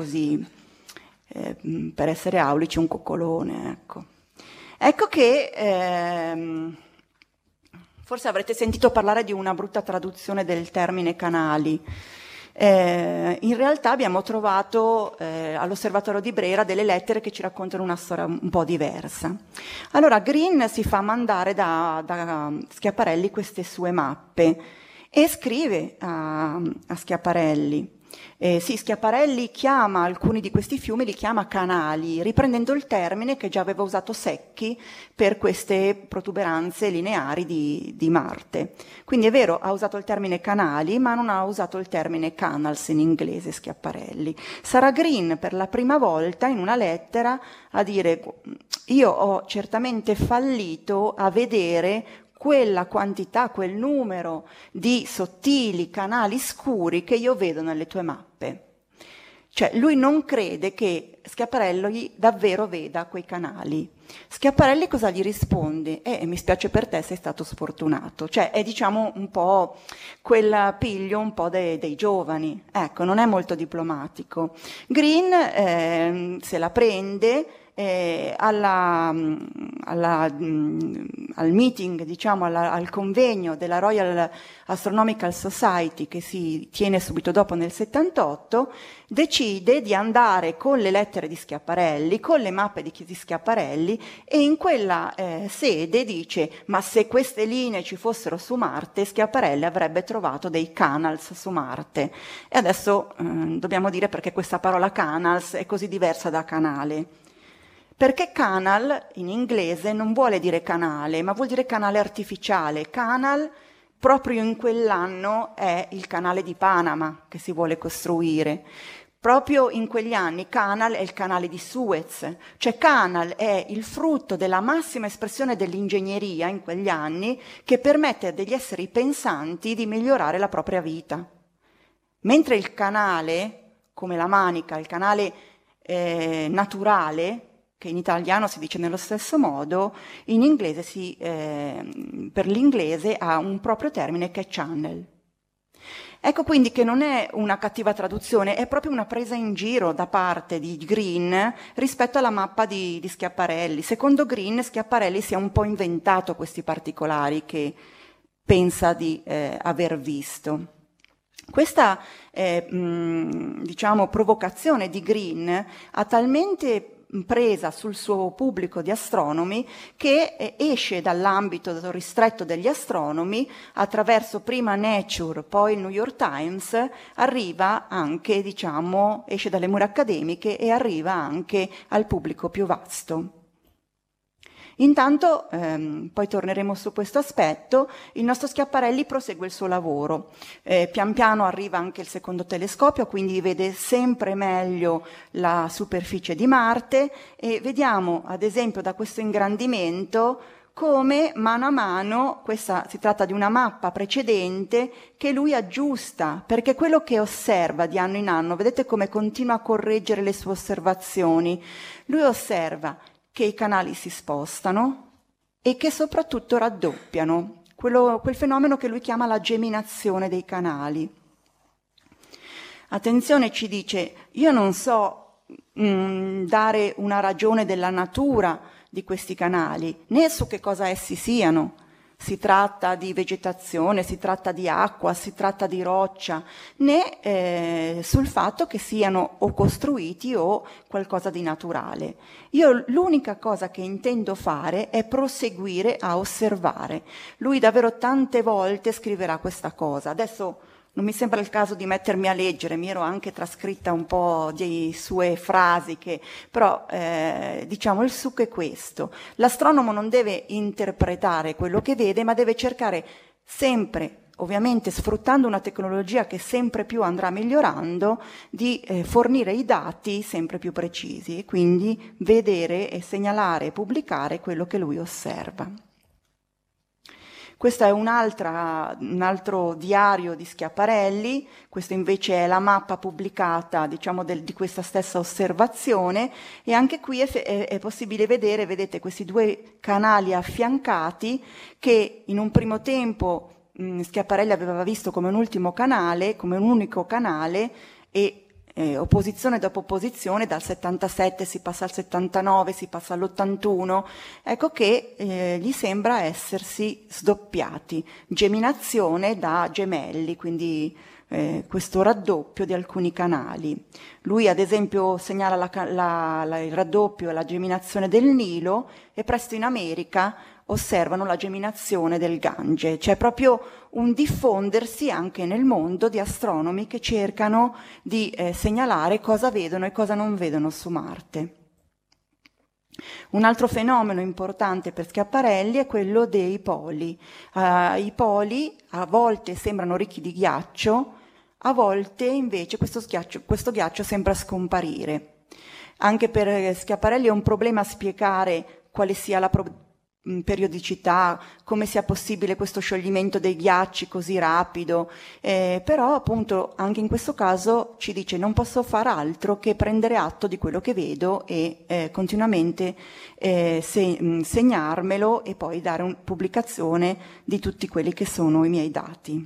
Speaker 3: per essere aulici, un coccolone, ecco. Ecco che forse avrete sentito parlare di una brutta traduzione del termine canali. In realtà abbiamo trovato all'Osservatorio di Brera delle lettere che ci raccontano una storia un po' diversa. Allora Green si fa mandare da Schiaparelli queste sue mappe e scrive a Schiaparelli. Schiaparelli chiama alcuni di questi fiumi, li chiama canali, riprendendo il termine che già aveva usato Secchi per queste protuberanze lineari di Marte. Quindi è vero, ha usato il termine canali, ma non ha usato il termine canals in inglese Schiaparelli. Sarà Green per la prima volta in una lettera a dire: io ho certamente fallito a vedere quella quantità, quel numero di sottili canali scuri che io vedo nelle tue mappe. Cioè lui non crede che Schiaparelli davvero veda quei canali. Schiaparelli cosa gli risponde? Mi spiace per te, sei stato sfortunato. Cioè è diciamo un po' quel piglio un po' dei giovani. Ecco, non è molto diplomatico. Green se la prende al meeting, diciamo al convegno della Royal Astronomical Society che si tiene subito dopo nel 78, decide di andare con le lettere di Schiaparelli, con le mappe di Schiaparelli, e in quella sede dice: ma se queste linee ci fossero su Marte, Schiaparelli avrebbe trovato dei canals su Marte. E adesso dobbiamo dire perché questa parola canals è così diversa da canale. Perché canal in inglese non vuole dire canale, ma vuol dire canale artificiale. Canal proprio in quell'anno è il canale di Panama che si vuole costruire. Proprio in quegli anni Canal è il canale di Suez, cioè Canal è il frutto della massima espressione dell'ingegneria in quegli anni che permette a degli esseri pensanti di migliorare la propria vita. Mentre il canale, come la Manica, il canale naturale, che in italiano si dice nello stesso modo, in inglese per l'inglese ha un proprio termine che è channel. Ecco quindi che non è una cattiva traduzione, è proprio una presa in giro da parte di Green rispetto alla mappa di Schiaparelli. Secondo Green, Schiaparelli si è un po' inventato questi particolari che pensa di aver visto. Questa diciamo, provocazione di Green ha talmente presa sul suo pubblico di astronomi che esce dall'ambito ristretto degli astronomi attraverso prima Nature, poi il New York Times, arriva anche, diciamo, esce dalle mura accademiche e arriva anche al pubblico più vasto. Intanto, poi torneremo su questo aspetto, il nostro Schiaparelli prosegue il suo lavoro. Pian piano arriva anche il secondo telescopio, quindi vede sempre meglio la superficie di Marte e vediamo, ad esempio, da questo ingrandimento come mano a mano, questa si tratta di una mappa precedente che lui aggiusta, perché quello che osserva di anno in anno, vedete come continua a correggere le sue osservazioni, lui osserva che i canali si spostano e che soprattutto raddoppiano, quel fenomeno che lui chiama la geminazione dei canali. Attenzione, ci dice, io non so dare una ragione della natura di questi canali, né su che cosa essi siano. Si tratta di vegetazione, si tratta di acqua, si tratta di roccia, né sul fatto che siano o costruiti o qualcosa di naturale. Io l'unica cosa che intendo fare è proseguire a osservare. Lui davvero tante volte scriverà questa cosa. Adesso non mi sembra il caso di mettermi a leggere, mi ero anche trascritta un po' di sue frasi, però diciamo il succo è questo. L'astronomo non deve interpretare quello che vede, ma deve cercare sempre, ovviamente sfruttando una tecnologia che sempre più andrà migliorando, di fornire i dati sempre più precisi e quindi vedere e segnalare e pubblicare quello che lui osserva. Questo è un altro diario di Schiaparelli, questo invece è la mappa pubblicata, diciamo, di questa stessa osservazione, e anche qui è possibile vedere, vedete, questi due canali affiancati che in un primo tempo Schiaparelli aveva visto come un ultimo canale, come un unico canale, e opposizione dopo opposizione, dal 77 si passa al 79, si passa all'81, ecco che gli sembra essersi sdoppiati, geminazione da gemelli, quindi questo raddoppio di alcuni canali. Lui ad esempio segnala il raddoppio e la geminazione del Nilo e presto in America osservano la geminazione del Gange. C'è proprio un diffondersi anche nel mondo di astronomi che cercano di segnalare cosa vedono e cosa non vedono su Marte. Un altro fenomeno importante per Schiaparelli è quello dei poli. I poli a volte sembrano ricchi di ghiaccio, a volte invece questo ghiaccio sembra scomparire. Anche per Schiaparelli è un problema spiegare quale sia la periodicità, come sia possibile questo scioglimento dei ghiacci così rapido, però appunto anche in questo caso ci dice non posso far altro che prendere atto di quello che vedo e continuamente segnarmelo e poi dare pubblicazione di tutti quelli che sono i miei dati.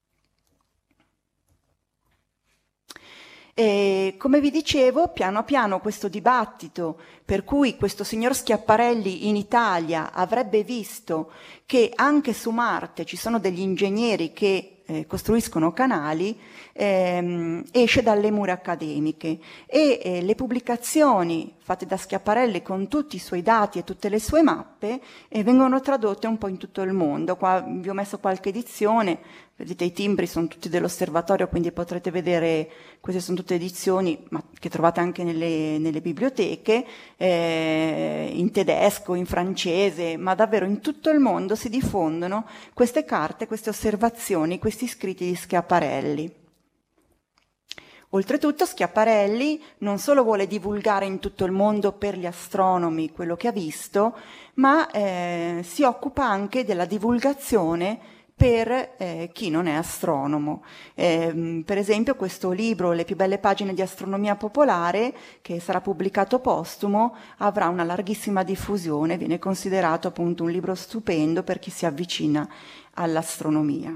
Speaker 3: E come vi dicevo, piano piano questo dibattito per cui questo signor Schiaparelli in Italia avrebbe visto che anche su Marte ci sono degli ingegneri che costruiscono canali, esce dalle mura accademiche e le pubblicazioni fatte da Schiaparelli con tutti i suoi dati e tutte le sue mappe vengono tradotte un po' in tutto il mondo. Qua vi ho messo qualche edizione, vedete i timbri sono tutti dell'osservatorio, quindi potrete vedere, queste sono tutte edizioni che trovate anche nelle biblioteche, in tedesco, in francese, ma davvero in tutto il mondo si diffondono queste carte, queste osservazioni, questi scritti di Schiaparelli. Oltretutto Schiaparelli non solo vuole divulgare in tutto il mondo per gli astronomi quello che ha visto, ma si occupa anche della divulgazione per chi non è astronomo. Per esempio questo libro, Le più belle pagine di astronomia popolare, che sarà pubblicato postumo, avrà una larghissima diffusione, viene considerato appunto un libro stupendo per chi si avvicina all'astronomia.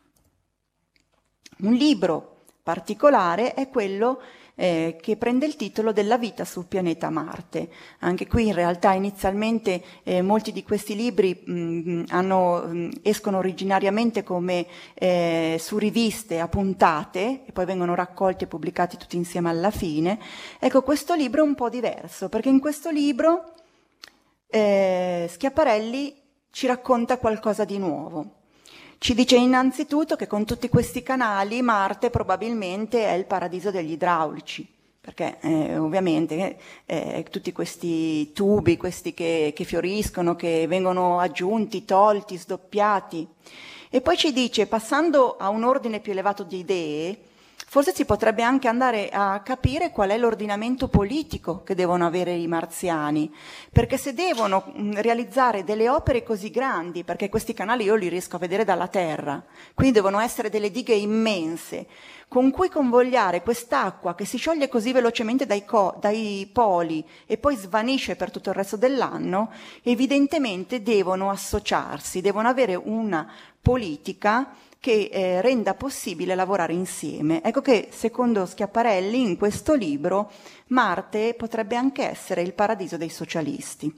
Speaker 3: Un libro particolare è quello che prende il titolo della vita sul pianeta Marte. Anche qui in realtà inizialmente molti di questi libri escono originariamente come su riviste a puntate e poi vengono raccolti e pubblicati tutti insieme alla fine. Ecco, questo libro è un po' diverso perché in questo libro Schiaparelli ci racconta qualcosa di nuovo. Ci dice innanzitutto che con tutti questi canali Marte probabilmente è il paradiso degli idraulici, perché ovviamente tutti questi tubi, questi che fioriscono, che vengono aggiunti, tolti, sdoppiati. E poi ci dice, passando a un ordine più elevato di idee, forse si potrebbe anche andare a capire qual è l'ordinamento politico che devono avere i marziani, perché se devono realizzare delle opere così grandi, perché questi canali io li riesco a vedere dalla Terra, quindi devono essere delle dighe immense, con cui convogliare quest'acqua che si scioglie così velocemente dai poli e poi svanisce per tutto il resto dell'anno, evidentemente devono associarsi, devono avere una politica che renda possibile lavorare insieme. Ecco che, secondo Schiaparelli, in questo libro, Marte potrebbe anche essere il paradiso dei socialisti.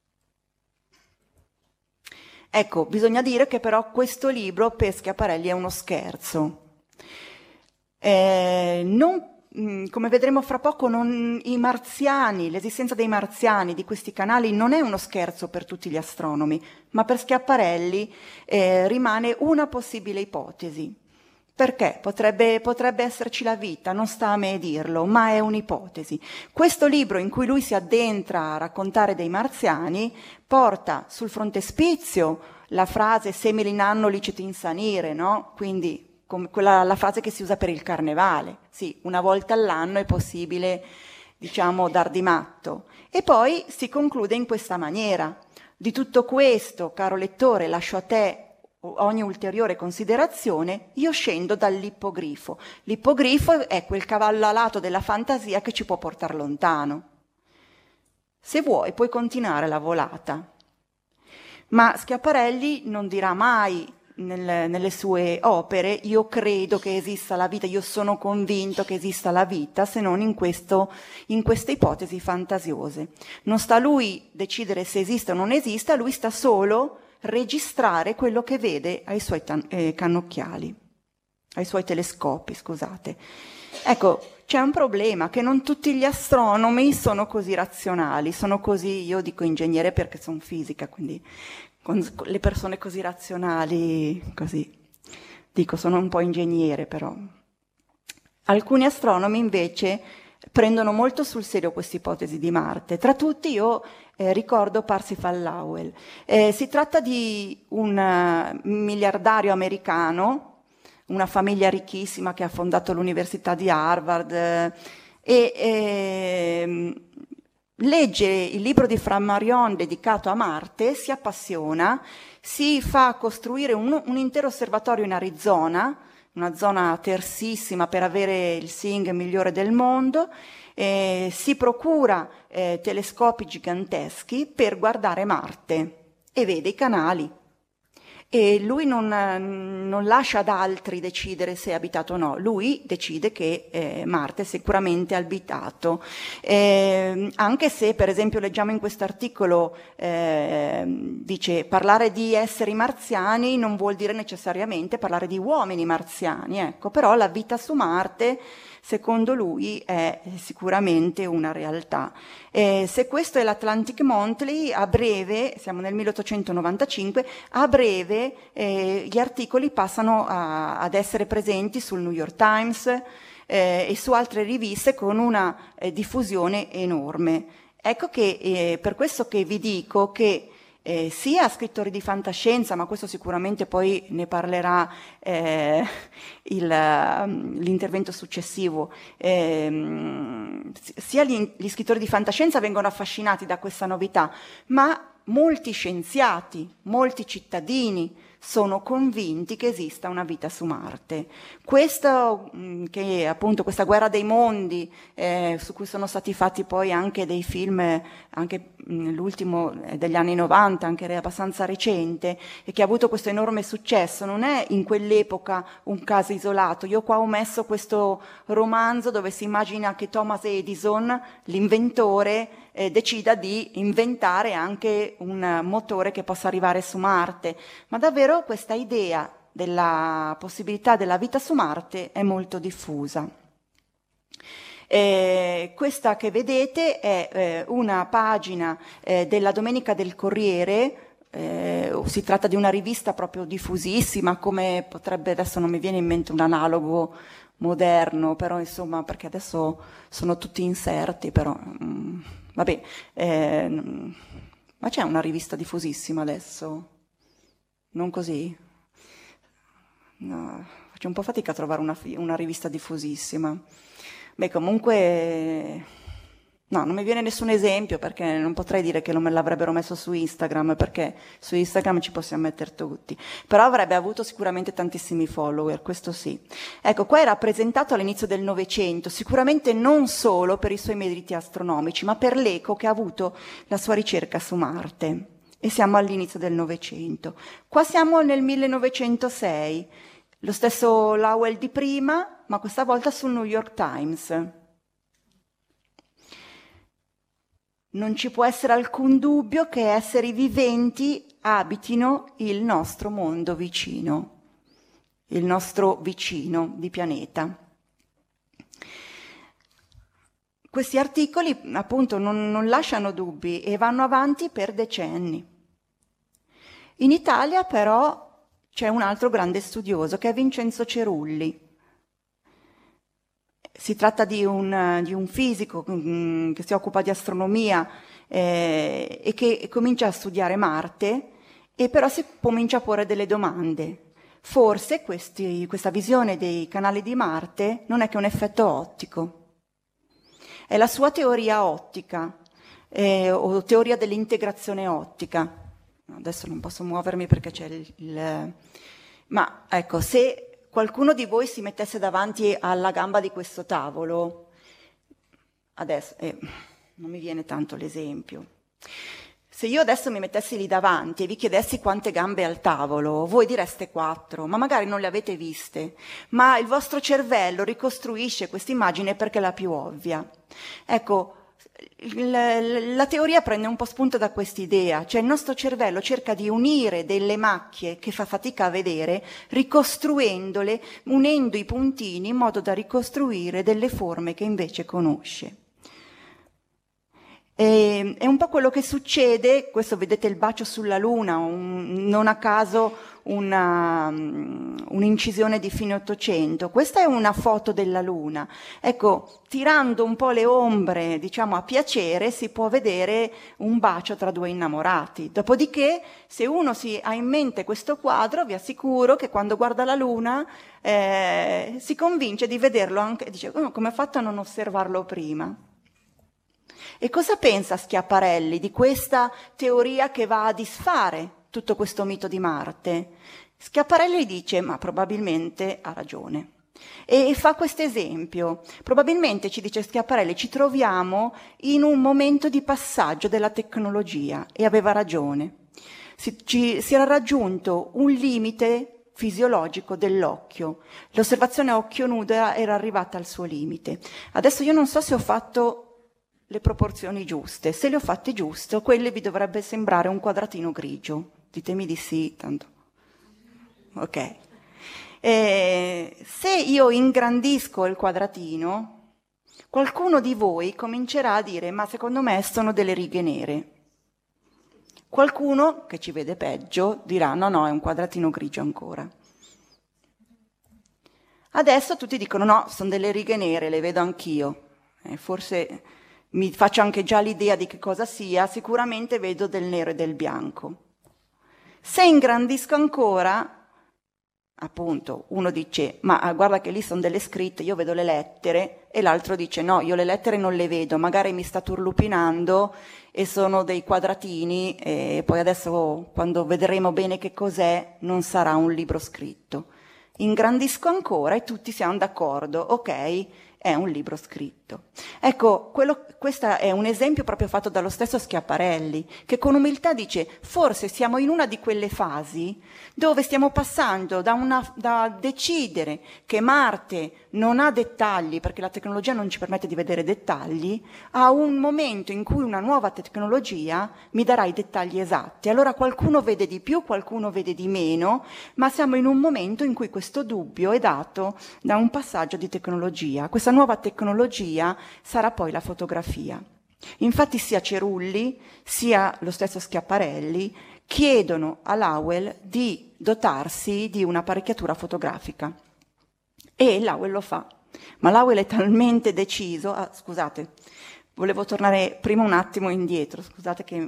Speaker 3: Ecco, bisogna dire che però questo libro per Schiaparelli è uno scherzo. Come vedremo fra poco, i marziani, l'esistenza dei marziani, di questi canali, non è uno scherzo per tutti gli astronomi, ma per Schiaparelli rimane una possibile ipotesi. Perché? Potrebbe esserci la vita, non sta a me dirlo, ma è un'ipotesi. Questo libro in cui lui si addentra a raccontare dei marziani porta sul frontespizio la frase «semili in anno licet insanire», no? Quindi come la frase che si usa per il carnevale. Sì, una volta all'anno è possibile, diciamo, dar di matto. E poi si conclude in questa maniera. Di tutto questo, caro lettore, lascio a te ogni ulteriore considerazione, io scendo dall'ippogrifo. L'ippogrifo è quel cavallo alato della fantasia che ci può portare lontano. Se vuoi, puoi continuare la volata. Ma Schiaparelli non dirà mai nelle sue opere io credo che esista la vita, io sono convinto che esista la vita, se non in queste ipotesi fantasiose. Non sta a lui decidere se esiste o non esiste, a lui sta solo registrare quello che vede ai suoi cannocchiali, ai suoi telescopi, scusate. Ecco, c'è un problema, che non tutti gli astronomi sono così razionali, sono così, io dico ingegnere perché sono fisica, quindi con le persone così razionali, così, dico sono un po' ingegnere però. Alcuni astronomi invece prendono molto sul serio questa ipotesi di Marte. Tra tutti io ricordo Parsifal Lowell. Si tratta di un miliardario americano, una famiglia ricchissima che ha fondato l'Università di Harvard legge il libro di Flammarion dedicato a Marte, si appassiona, si fa costruire un intero osservatorio in Arizona, una zona tersissima per avere il seeing migliore del mondo, si procura telescopi giganteschi per guardare Marte e vede i canali. E lui non lascia ad altri decidere se è abitato o no, lui decide che Marte è sicuramente abitato, anche se per esempio leggiamo in questo articolo, dice parlare di esseri marziani non vuol dire necessariamente parlare di uomini marziani, ecco, però la vita su Marte secondo lui è sicuramente una realtà. Se questo è l'Atlantic Monthly, a breve, siamo nel 1895, a breve gli articoli passano ad essere presenti sul New York Times e su altre riviste con una diffusione enorme. Ecco che per questo che vi dico che sia scrittori di fantascienza, ma questo sicuramente poi ne parlerà l'intervento successivo, sia gli scrittori di fantascienza vengono affascinati da questa novità, ma molti scienziati, molti cittadini sono convinti che esista una vita su Marte. Questo, che appunto questa guerra dei mondi, su cui sono stati fatti poi anche dei film, anche l'ultimo degli anni 90, anche abbastanza recente, e che ha avuto questo enorme successo, non è in quell'epoca un caso isolato. Io qua ho messo questo romanzo dove si immagina che Thomas Edison, l'inventore, decida di inventare anche un motore che possa arrivare su Marte, ma davvero questa idea della possibilità della vita su Marte è molto diffusa. Questa che vedete è una pagina della Domenica del Corriere. Si tratta di una rivista proprio diffusissima, come potrebbe, adesso non mi viene in mente un analogo moderno, però insomma, perché adesso sono tutti inserti, però vabbè, ma c'è una rivista diffusissima adesso? Non così? No, faccio un po' fatica a trovare una rivista diffusissima. Beh, comunque, no, non mi viene nessun esempio, perché non potrei dire che non me l'avrebbero messo su Instagram, perché su Instagram ci possiamo mettere tutti. Però avrebbe avuto sicuramente tantissimi follower, questo sì. Ecco, qua è rappresentato all'inizio del Novecento, sicuramente non solo per i suoi meriti astronomici, ma per l'eco che ha avuto la sua ricerca su Marte. E siamo all'inizio del Novecento. Qua siamo nel 1906, lo stesso Lowell di prima, ma questa volta sul New York Times. Non ci può essere alcun dubbio che esseri viventi abitino il nostro mondo vicino, il nostro vicino di pianeta. Questi articoli appunto non lasciano dubbi e vanno avanti per decenni. In Italia però c'è un altro grande studioso che è Vincenzo Cerulli. Si tratta di un fisico che si occupa di astronomia e che comincia a studiare Marte, e però si comincia a porre delle domande. Forse questa visione dei canali di Marte non è che un effetto ottico. È la sua teoria ottica, o teoria dell'integrazione ottica. Adesso non posso muovermi perché c'è ma ecco, se qualcuno di voi si mettesse davanti alla gamba di questo tavolo, adesso non mi viene tanto l'esempio. Se io adesso mi mettessi lì davanti e vi chiedessi quante gambe ha il tavolo, voi direste 4, ma magari non le avete viste, ma il vostro cervello ricostruisce questa immagine perché è la più ovvia. Ecco, la teoria prende un po' spunto da quest'idea, cioè il nostro cervello cerca di unire delle macchie che fa fatica a vedere, ricostruendole, unendo i puntini in modo da ricostruire delle forme che invece conosce. È un po' quello che succede, questo vedete il bacio sulla Luna, non a caso un'incisione di fine Ottocento. Questa è una foto della Luna. Ecco, tirando un po' le ombre, diciamo a piacere, si può vedere un bacio tra due innamorati. Dopodiché, se uno ha in mente questo quadro, vi assicuro che quando guarda la Luna si convince di vederlo anche, dice, come ho fatto a non osservarlo prima? E cosa pensa Schiaparelli di questa teoria che va a disfare tutto questo mito di Marte? Schiaparelli dice, ma probabilmente ha ragione. E fa questo esempio. Probabilmente, ci dice Schiaparelli, ci troviamo in un momento di passaggio della tecnologia, e aveva ragione. Si era raggiunto un limite fisiologico dell'occhio. L'osservazione a occhio nudo era arrivata al suo limite. Adesso io non so se ho fatto le proporzioni giuste. Se le ho fatte giuste, quello vi dovrebbe sembrare un quadratino grigio. Ditemi di sì, tanto. Ok. Se io ingrandisco il quadratino, qualcuno di voi comincerà a dire, ma secondo me sono delle righe nere. Qualcuno, che ci vede peggio, dirà, no, è un quadratino grigio ancora. Adesso tutti dicono, no, sono delle righe nere, le vedo anch'io. Forse mi faccio anche già l'idea di che cosa sia, sicuramente vedo del nero e del bianco. Se ingrandisco ancora, appunto, uno dice, ma guarda che lì sono delle scritte, io vedo le lettere, e l'altro dice, no, io le lettere non le vedo, magari mi sta turlupinando e sono dei quadratini, e poi adesso, quando vedremo bene che cos'è, non sarà un libro scritto. Ingrandisco ancora e tutti siamo d'accordo, ok, è un libro scritto. Ecco, questo è un esempio proprio fatto dallo stesso Schiaparelli, che con umiltà dice, forse siamo in una di quelle fasi dove stiamo passando da decidere che Marte non ha dettagli, perché la tecnologia non ci permette di vedere dettagli, a un momento in cui una nuova tecnologia mi darà i dettagli esatti. Allora qualcuno vede di più, qualcuno vede di meno, ma siamo in un momento in cui questo dubbio è dato da un passaggio di tecnologia. Questa nuova tecnologia sarà poi la fotografia. Infatti sia Cerulli sia lo stesso Schiaparelli chiedono a Lowell di dotarsi di un'apparecchiatura fotografica e Lowell lo fa, ma Lowell è talmente deciso. Scusate, volevo tornare prima un attimo indietro, scusate che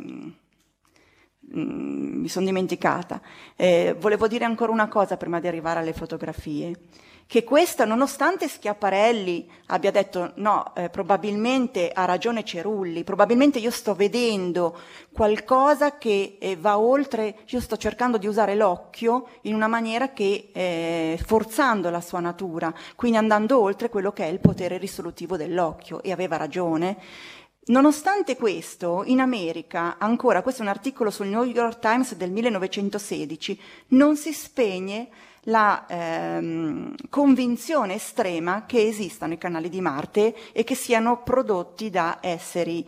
Speaker 3: mi sono dimenticata. Volevo dire ancora una cosa prima di arrivare alle fotografie, che questa, nonostante Schiaparelli abbia detto no, probabilmente ha ragione Cerulli, probabilmente io sto vedendo qualcosa che va oltre, io sto cercando di usare l'occhio in una maniera che, forzando la sua natura, quindi andando oltre quello che è il potere risolutivo dell'occhio, e aveva ragione. Nonostante questo, in America, ancora, questo è un articolo sul New York Times del 1916, non si spegne la convinzione estrema che esistano i canali di Marte e che siano prodotti da esseri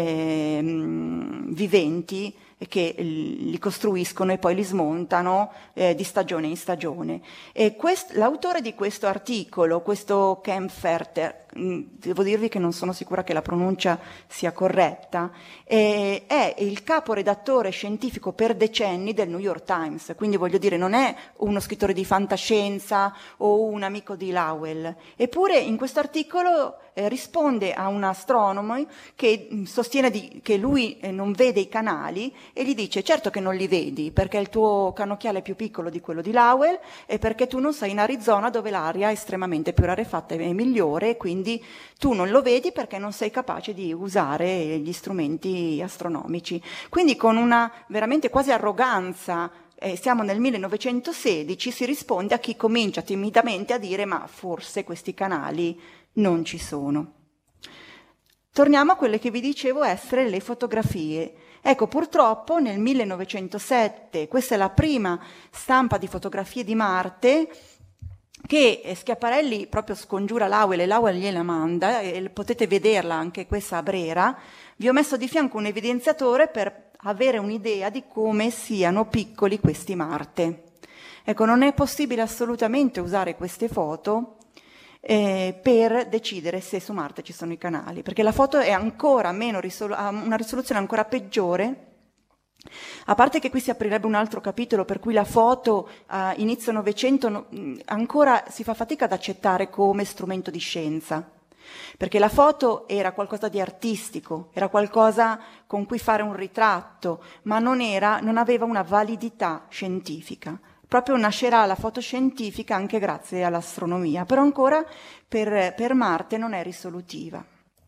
Speaker 3: viventi che li costruiscono e poi li smontano di stagione in stagione. E l'autore di questo articolo, questo Kempferter, devo dirvi che non sono sicura che la pronuncia sia corretta, è il caporedattore scientifico per decenni del New York Times, quindi voglio dire non è uno scrittore di fantascienza o un amico di Lowell. Eppure in questo articolo risponde a un astronomo che sostiene che lui non vede i canali e gli dice certo che non li vedi perché il tuo cannocchiale è più piccolo di quello di Lowell e perché tu non sei in Arizona dove l'aria è estremamente più rarefatta e migliore, e quindi tu non lo vedi perché non sei capace di usare gli strumenti astronomici. Quindi con una veramente quasi arroganza, siamo nel 1916, si risponde a chi comincia timidamente a dire ma forse questi canali non ci sono. Torniamo a quelle che vi dicevo essere le fotografie. Ecco, purtroppo nel 1907, questa è la prima stampa di fotografie di Marte, che Schiaparelli proprio scongiura Lowell e Lowell gliela manda, e potete vederla anche questa a Brera. Vi ho messo di fianco un evidenziatore per avere un'idea di come siano piccoli questi Marte. Ecco, non è possibile assolutamente usare queste foto per decidere se su Marte ci sono i canali, perché la foto è ancora meno ha una risoluzione ancora peggiore. A parte che qui si aprirebbe un altro capitolo per cui la foto a inizio Novecento ancora si fa fatica ad accettare come strumento di scienza, perché la foto era qualcosa di artistico, era qualcosa con cui fare un ritratto, ma non aveva una validità scientifica. Proprio nascerà la foto scientifica anche grazie all'astronomia, però ancora per Marte non è risolutiva.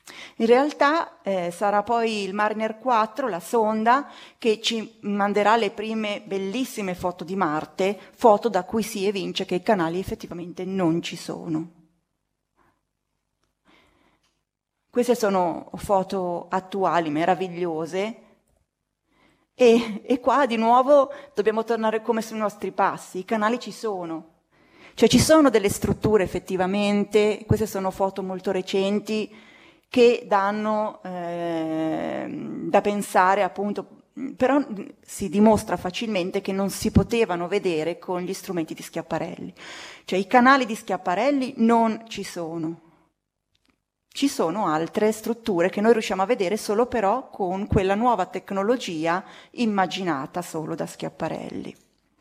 Speaker 3: In realtà sarà poi il Mariner 4, la sonda, che ci manderà le prime bellissime foto di Marte, foto da cui si evince che i canali effettivamente non ci sono. Queste sono foto attuali, meravigliose, e qua di nuovo dobbiamo tornare come sui nostri passi. I canali ci sono, cioè ci sono delle strutture effettivamente, queste sono foto molto recenti, che danno da pensare appunto, però si dimostra facilmente che non si potevano vedere con gli strumenti di Schiaparelli. Cioè i canali di Schiaparelli non ci sono. Ci sono altre strutture che noi riusciamo a vedere solo però con quella nuova tecnologia immaginata solo da Schiaparelli.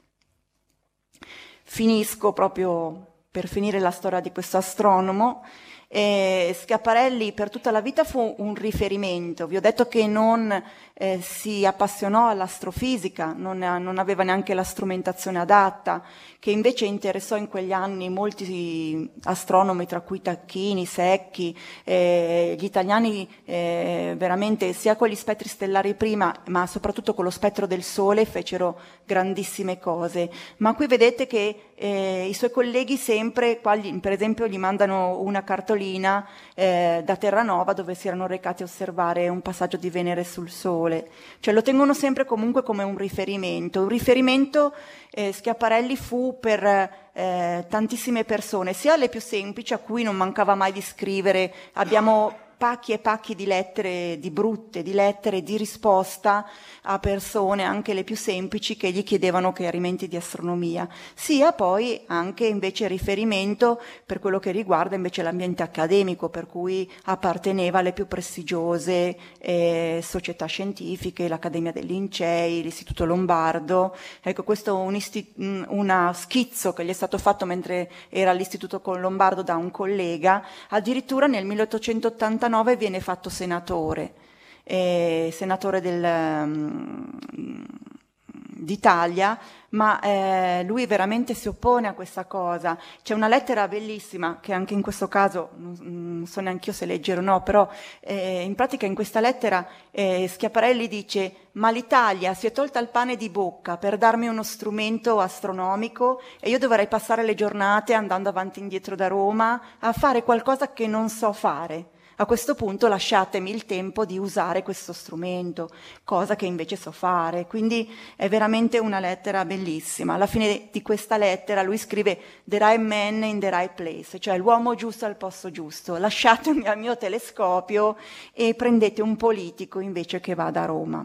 Speaker 3: Finisco proprio per finire la storia di questo astronomo. Schiaparelli per tutta la vita fu un riferimento. Vi ho detto che non si appassionò all'astrofisica, non aveva neanche la strumentazione adatta, che invece interessò in quegli anni molti astronomi, tra cui Tacchini, Secchi, gli italiani veramente sia con gli spettri stellari prima, ma soprattutto con lo spettro del Sole fecero grandissime cose. Ma qui vedete che i suoi colleghi sempre, qua per esempio gli mandano una cartolina da Terranova dove si erano recati a osservare un passaggio di Venere sul Sole, cioè lo tengono sempre comunque come un riferimento. Schiaparelli fu per tantissime persone, sia le più semplici a cui non mancava mai di scrivere. Abbiamo pacchi e pacchi di lettere, di brutte, di lettere di risposta a persone, anche le più semplici, che gli chiedevano chiarimenti di astronomia, sia poi anche invece riferimento per quello che riguarda invece l'ambiente accademico, per cui apparteneva alle più prestigiose società scientifiche, l'Accademia dei Lincei, l'Istituto Lombardo. Ecco, questo è una schizzo che gli è stato fatto mentre era all'Istituto Lombardo da un collega. Addirittura nel 1889 viene fatto senatore d'Italia, ma lui veramente si oppone a questa cosa. C'è una lettera bellissima che anche in questo caso non so neanche io se leggere o no, però in pratica in questa lettera Schiaparelli dice: ma l'Italia si è tolta il pane di bocca per darmi uno strumento astronomico e io dovrei passare le giornate andando avanti e indietro da Roma a fare qualcosa che non so fare. A questo punto lasciatemi il tempo di usare questo strumento, cosa che invece so fare. Quindi è veramente una lettera bellissima. Alla fine di questa lettera lui scrive "The right man in the right place", cioè l'uomo giusto al posto giusto. Lasciatemi al mio telescopio e prendete un politico invece che vada a Roma.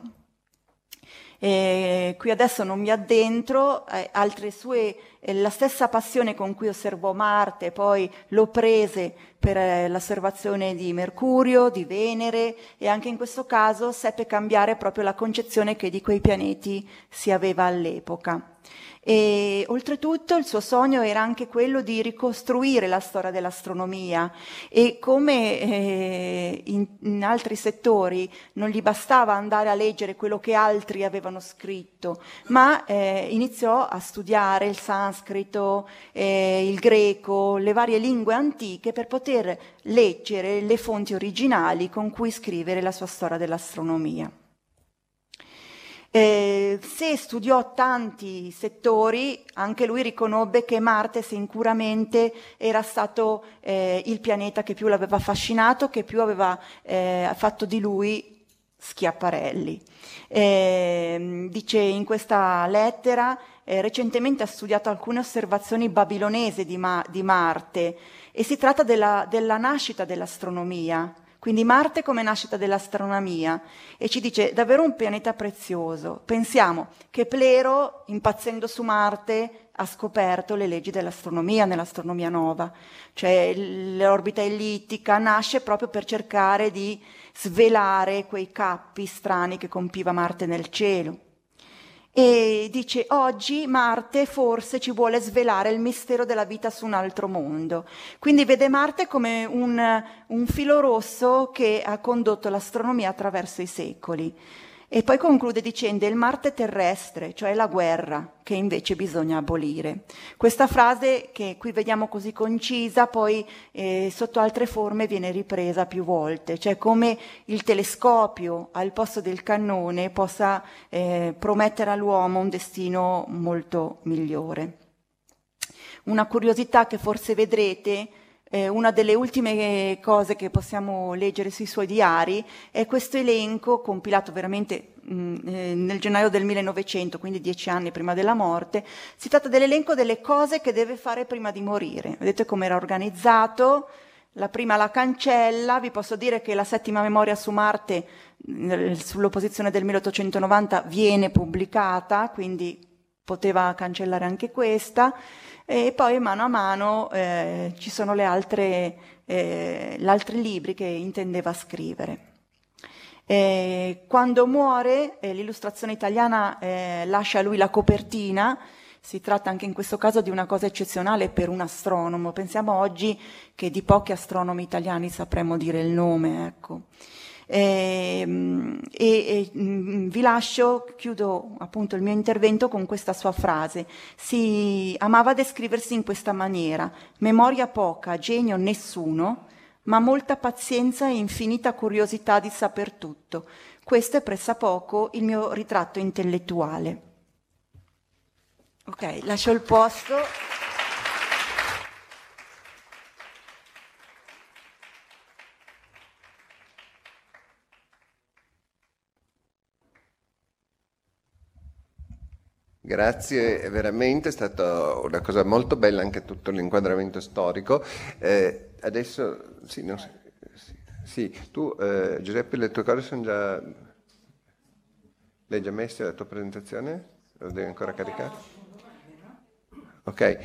Speaker 3: Qui adesso non mi addentro, altre sue, la stessa passione con cui osservò Marte, poi lo prese per l'osservazione di Mercurio, di Venere, e anche in questo caso seppe cambiare proprio la concezione che di quei pianeti si aveva all'epoca. E oltretutto il suo sogno era anche quello di ricostruire la storia dell'astronomia, e come in altri settori non gli bastava andare a leggere quello che altri avevano scritto, ma iniziò a studiare il sanscrito, il greco, le varie lingue antiche per poter leggere le fonti originali con cui scrivere la sua storia dell'astronomia. Se studiò tanti settori, anche lui riconobbe che Marte sicuramente era stato il pianeta che più l'aveva affascinato, che più aveva fatto di lui Schiaparelli. Dice in questa lettera: recentemente ha studiato alcune osservazioni babilonesi di Marte, e si tratta della nascita dell'astronomia. Quindi Marte come nascita dell'astronomia, e ci dice: davvero un pianeta prezioso. Pensiamo che Plero, impazzendo su Marte, ha scoperto le leggi dell'astronomia nell'astronomia nova, cioè l'orbita ellittica nasce proprio per cercare di svelare quei cappi strani che compiva Marte nel cielo. E dice: oggi Marte forse ci vuole svelare il mistero della vita su un altro mondo. Quindi vede Marte come un filo rosso che ha condotto l'astronomia attraverso i secoli. E poi conclude dicendo: il Marte terrestre, cioè la guerra, che invece bisogna abolire. Questa frase, che qui vediamo così concisa, poi sotto altre forme viene ripresa più volte, cioè come il telescopio al posto del cannone possa promettere all'uomo un destino molto migliore. Una curiosità che forse vedrete, una delle ultime cose che possiamo leggere sui suoi diari è questo elenco compilato veramente nel gennaio del 1900, quindi 10 anni prima della morte. Si tratta dell'elenco delle cose che deve fare prima di morire. Vedete come era organizzato? La prima la cancella. Vi posso dire che la settima memoria su Marte, sull'opposizione del 1890, viene pubblicata, quindi poteva cancellare anche questa. E poi mano a mano ci sono gli altri libri che intendeva scrivere. Quando muore, l'illustrazione italiana lascia a lui la copertina. Si tratta anche in questo caso di una cosa eccezionale per un astronomo. Pensiamo oggi che di pochi astronomi italiani sapremmo dire il nome, ecco. Vi lascio, chiudo appunto il mio intervento con questa sua frase. Si amava descriversi in questa maniera: memoria poca, genio nessuno, ma molta pazienza e infinita curiosità di saper tutto. Questo è pressappoco il mio ritratto intellettuale. Ok, lascio il posto.
Speaker 2: Grazie, veramente è stata una cosa molto bella anche tutto l'inquadramento storico. Adesso, sì, non so, sì, tu Giuseppe, le tue cose sono già... L'hai già messa la tua presentazione? Lo devi ancora caricare? Ok.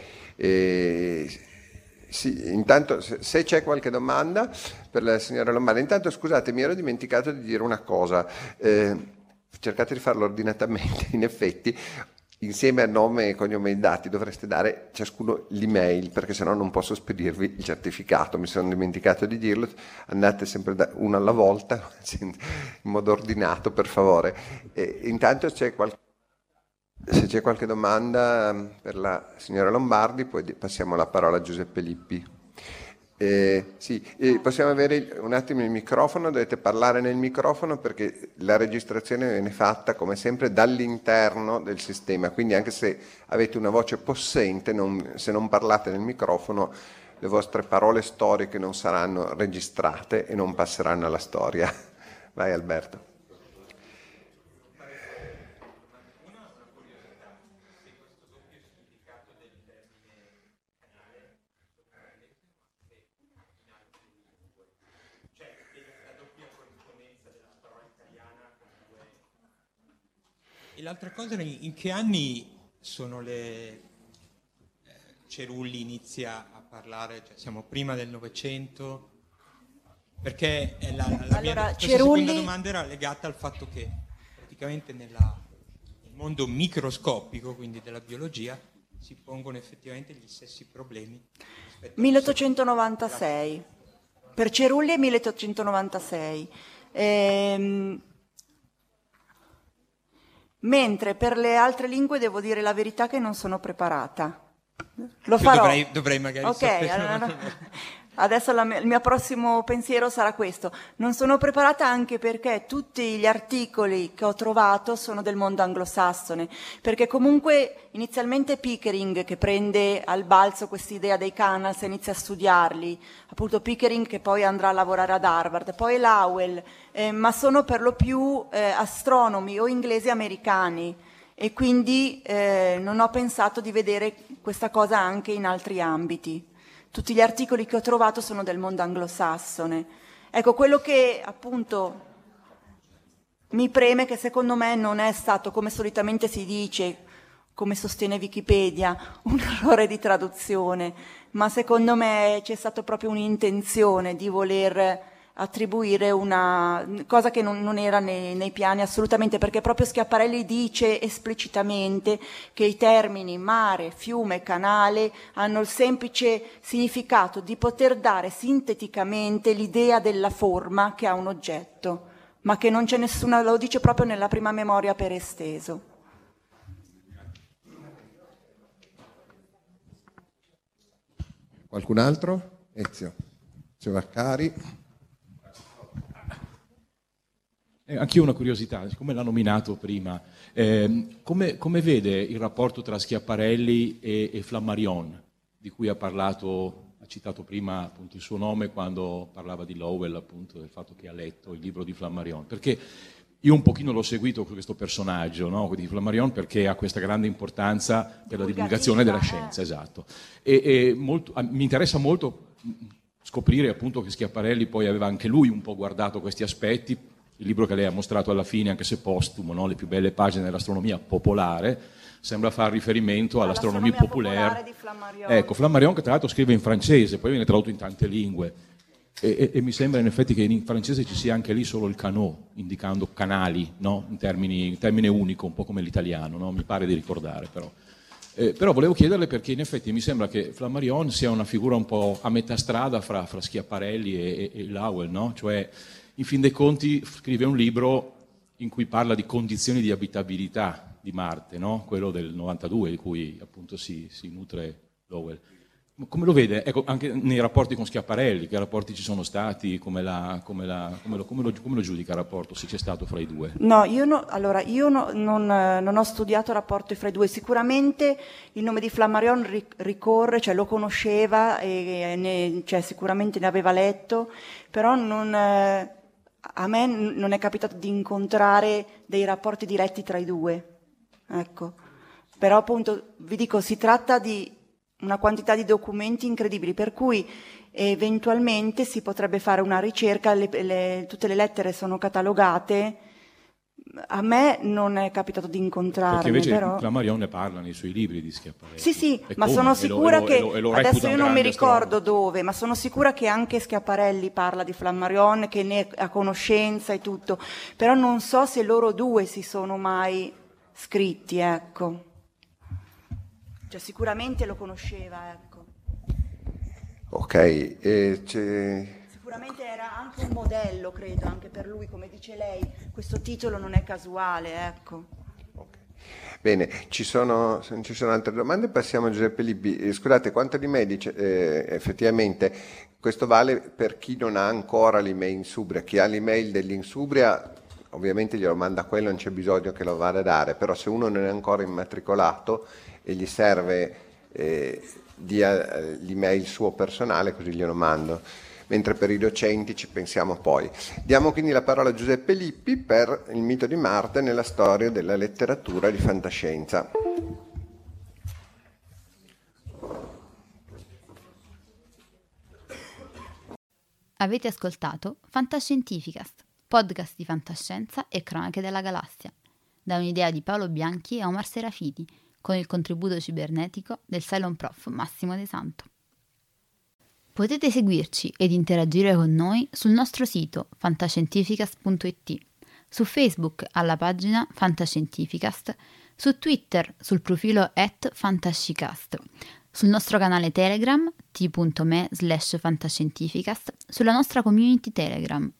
Speaker 2: Sì, intanto se c'è qualche domanda per la signora Lombardi. Intanto scusate, mi ero dimenticato di dire una cosa. Cercate di farlo ordinatamente, in effetti. Insieme a nome, cognome e dati dovreste dare ciascuno l'email, perché sennò non posso spedirvi il certificato. Mi sono dimenticato di dirlo. Andate sempre uno alla volta, in modo ordinato, per favore. Intanto se c'è qualche domanda per la signora Lombardi, poi passiamo la parola a Giuseppe Lippi. Sì, possiamo avere un attimo il microfono, dovete parlare nel microfono perché la registrazione viene fatta come sempre dall'interno del sistema, quindi anche se avete una voce possente, se non parlate nel microfono le vostre parole storiche non saranno registrate e non passeranno alla storia. Vai Alberto.
Speaker 4: E l'altra cosa, in che anni sono Cerulli inizia a parlare, cioè siamo prima del Novecento? Perché
Speaker 3: Allora,
Speaker 4: Cerulli... seconda domanda era legata al fatto che praticamente nel mondo microscopico, quindi della biologia, si pongono effettivamente gli stessi problemi.
Speaker 3: 1896. Per Cerulli è 1896. Mentre per le altre lingue devo dire la verità che non sono preparata. Lo farò.
Speaker 4: Dovrei magari
Speaker 3: sapere. Allora, adesso il mio prossimo pensiero sarà questo. Non sono preparata anche perché tutti gli articoli che ho trovato sono del mondo anglosassone, perché comunque inizialmente Pickering, che prende al balzo quest'idea dei canals e inizia a studiarli, appunto Pickering che poi andrà a lavorare ad Harvard, poi Lowell, ma sono per lo più astronomi o inglesi americani e quindi non ho pensato di vedere questa cosa anche in altri ambiti. Tutti gli articoli che ho trovato sono del mondo anglosassone. Ecco, quello che appunto mi preme, che secondo me non è stato, come solitamente si dice, come sostiene Wikipedia, un errore di traduzione, ma secondo me c'è stato proprio un'intenzione di voler attribuire una cosa che non era nei piani assolutamente, perché proprio Schiaparelli dice esplicitamente che i termini mare, fiume, canale hanno il semplice significato di poter dare sinteticamente l'idea della forma che ha un oggetto. ma che non c'è nessuna, lo dice proprio nella prima memoria per esteso.
Speaker 5: Qualcun altro? Ezio Vaccari.
Speaker 6: Anch'io ho una curiosità, siccome l'ha nominato prima, come vede il rapporto tra Schiaparelli e Flammarion, di cui ha citato prima appunto il suo nome quando parlava di Lowell, appunto, del fatto che ha letto il libro di Flammarion? Perché io un pochino l'ho seguito con questo personaggio, no, di Flammarion, perché ha questa grande importanza per la divulgazione della scienza, esatto. Mi interessa molto scoprire appunto che Schiaparelli poi aveva anche lui un po' guardato questi aspetti. Il libro che lei ha mostrato alla fine, anche se postumo, no? Le più belle pagine dell'astronomia popolare, sembra far riferimento all'astronomia popolare
Speaker 3: di Flammarion.
Speaker 6: Ecco, Flammarion, che tra l'altro scrive in francese, poi viene tradotto in tante lingue, e mi sembra in effetti che in francese ci sia anche lì solo il canot, indicando canali, no? In termine unico, un po' come l'italiano, no? Mi pare di ricordare però. Però volevo chiederle, perché in effetti mi sembra che Flammarion sia una figura un po' a metà strada fra Schiaparelli e Lowell, no? Cioè, in fin dei conti scrive un libro in cui parla di condizioni di abitabilità di Marte, no? Quello del 92, di cui appunto si nutre Lowell. Come lo vede? Ecco, anche nei rapporti con Schiaparelli, che rapporti ci sono stati, come lo giudica il rapporto, se c'è stato fra i due?
Speaker 3: No, non ho studiato rapporti fra i due. Sicuramente il nome di Flammarion ricorre, cioè lo conosceva, cioè sicuramente ne aveva letto, però a me non è capitato di incontrare dei rapporti diretti tra i due. Ecco. Però appunto vi dico, si tratta di una quantità di documenti incredibili, per cui eventualmente si potrebbe fare una ricerca, tutte le lettere sono catalogate. A me non è capitato di incontrarne,
Speaker 6: perché invece
Speaker 3: però
Speaker 6: Flammarion ne parla nei suoi libri di Schiaparelli.
Speaker 3: Sì, ma sono sicura che adesso io non mi ricordo dove, ma sono sicura che anche Schiaparelli parla di Flammarion, che ne ha conoscenza e tutto, però non so se loro due si sono mai scritti, ecco. Cioè sicuramente lo conosceva, ecco.
Speaker 2: Ok,
Speaker 3: Sicuramente era anche un modello, credo, anche per lui, come dice lei. Questo titolo non è casuale, ecco.
Speaker 2: Okay. Bene, ci sono altre domande, passiamo a Giuseppe Libbi. Scusate, quanto di me dice, effettivamente questo vale per chi non ha ancora l'email Insubria. Chi ha l'email dell'Insubria ovviamente glielo manda quello, non c'è bisogno che lo vada a dare, però se uno non è ancora immatricolato e gli serve l'email suo personale, così glielo mando. Mentre per i docenti ci pensiamo poi. Diamo quindi la parola a Giuseppe Lippi per Il mito di Marte nella storia della letteratura di fantascienza.
Speaker 7: Avete ascoltato Fantascientificast, podcast di fantascienza e cronache della galassia, da un'idea di Paolo Bianchi e Omar Serafiti, con il contributo cibernetico del Cylon Prof Massimo De Santo. Potete seguirci ed interagire con noi sul nostro sito fantascientificast.it, su Facebook alla pagina Fantascientificast, su Twitter sul profilo @fantascicast, sul nostro canale Telegram t.me/fantascientificast, sulla nostra community Telegram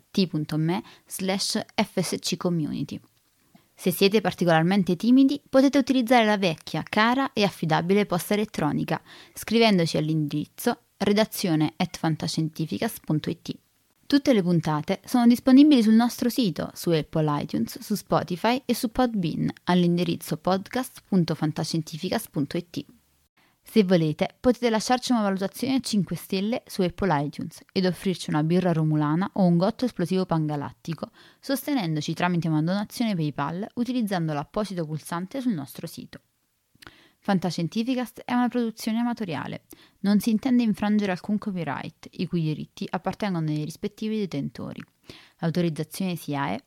Speaker 7: t.me/fsccommunity. Se siete particolarmente timidi, potete utilizzare la vecchia, cara e affidabile posta elettronica, scrivendoci all'indirizzo redazione@fantascientificast.it. Tutte le puntate sono disponibili sul nostro sito, su Apple iTunes, su Spotify e su Podbean, all'indirizzo podcast.fantascientificast.it. Se volete, potete lasciarci una valutazione a 5 stelle su Apple iTunes ed offrirci una birra romulana o un gotto esplosivo pangalattico, sostenendoci tramite una donazione PayPal utilizzando l'apposito pulsante sul nostro sito. Fantascientificast è una produzione amatoriale, non si intende infrangere alcun copyright, i cui diritti appartengono ai rispettivi detentori. L'autorizzazione SIAE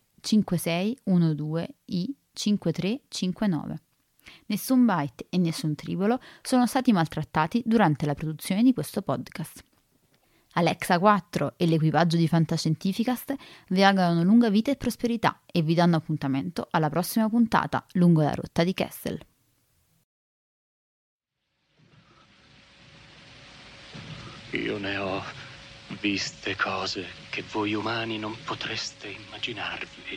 Speaker 7: 5612I5359. Nessun byte e nessun tribolo sono stati maltrattati durante la produzione di questo podcast. Alexa 4 e l'equipaggio di Fantascientificast vi augurano lunga vita e prosperità e vi danno appuntamento alla prossima puntata lungo la rotta di Kessel.
Speaker 8: Io ne ho viste cose che voi umani non potreste immaginarvi.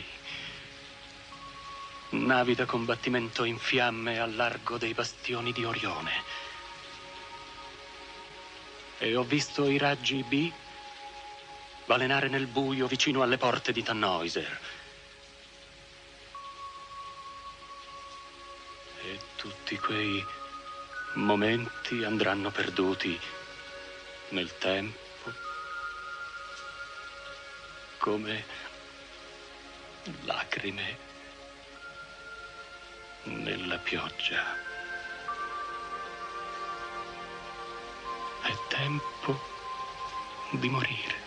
Speaker 8: Navi da combattimento in fiamme al largo dei bastioni di Orione. E ho visto i raggi B balenare nel buio vicino alle porte di Tannhäuser. E tutti quei momenti andranno perduti nel tempo come lacrime nella pioggia. È tempo di morire.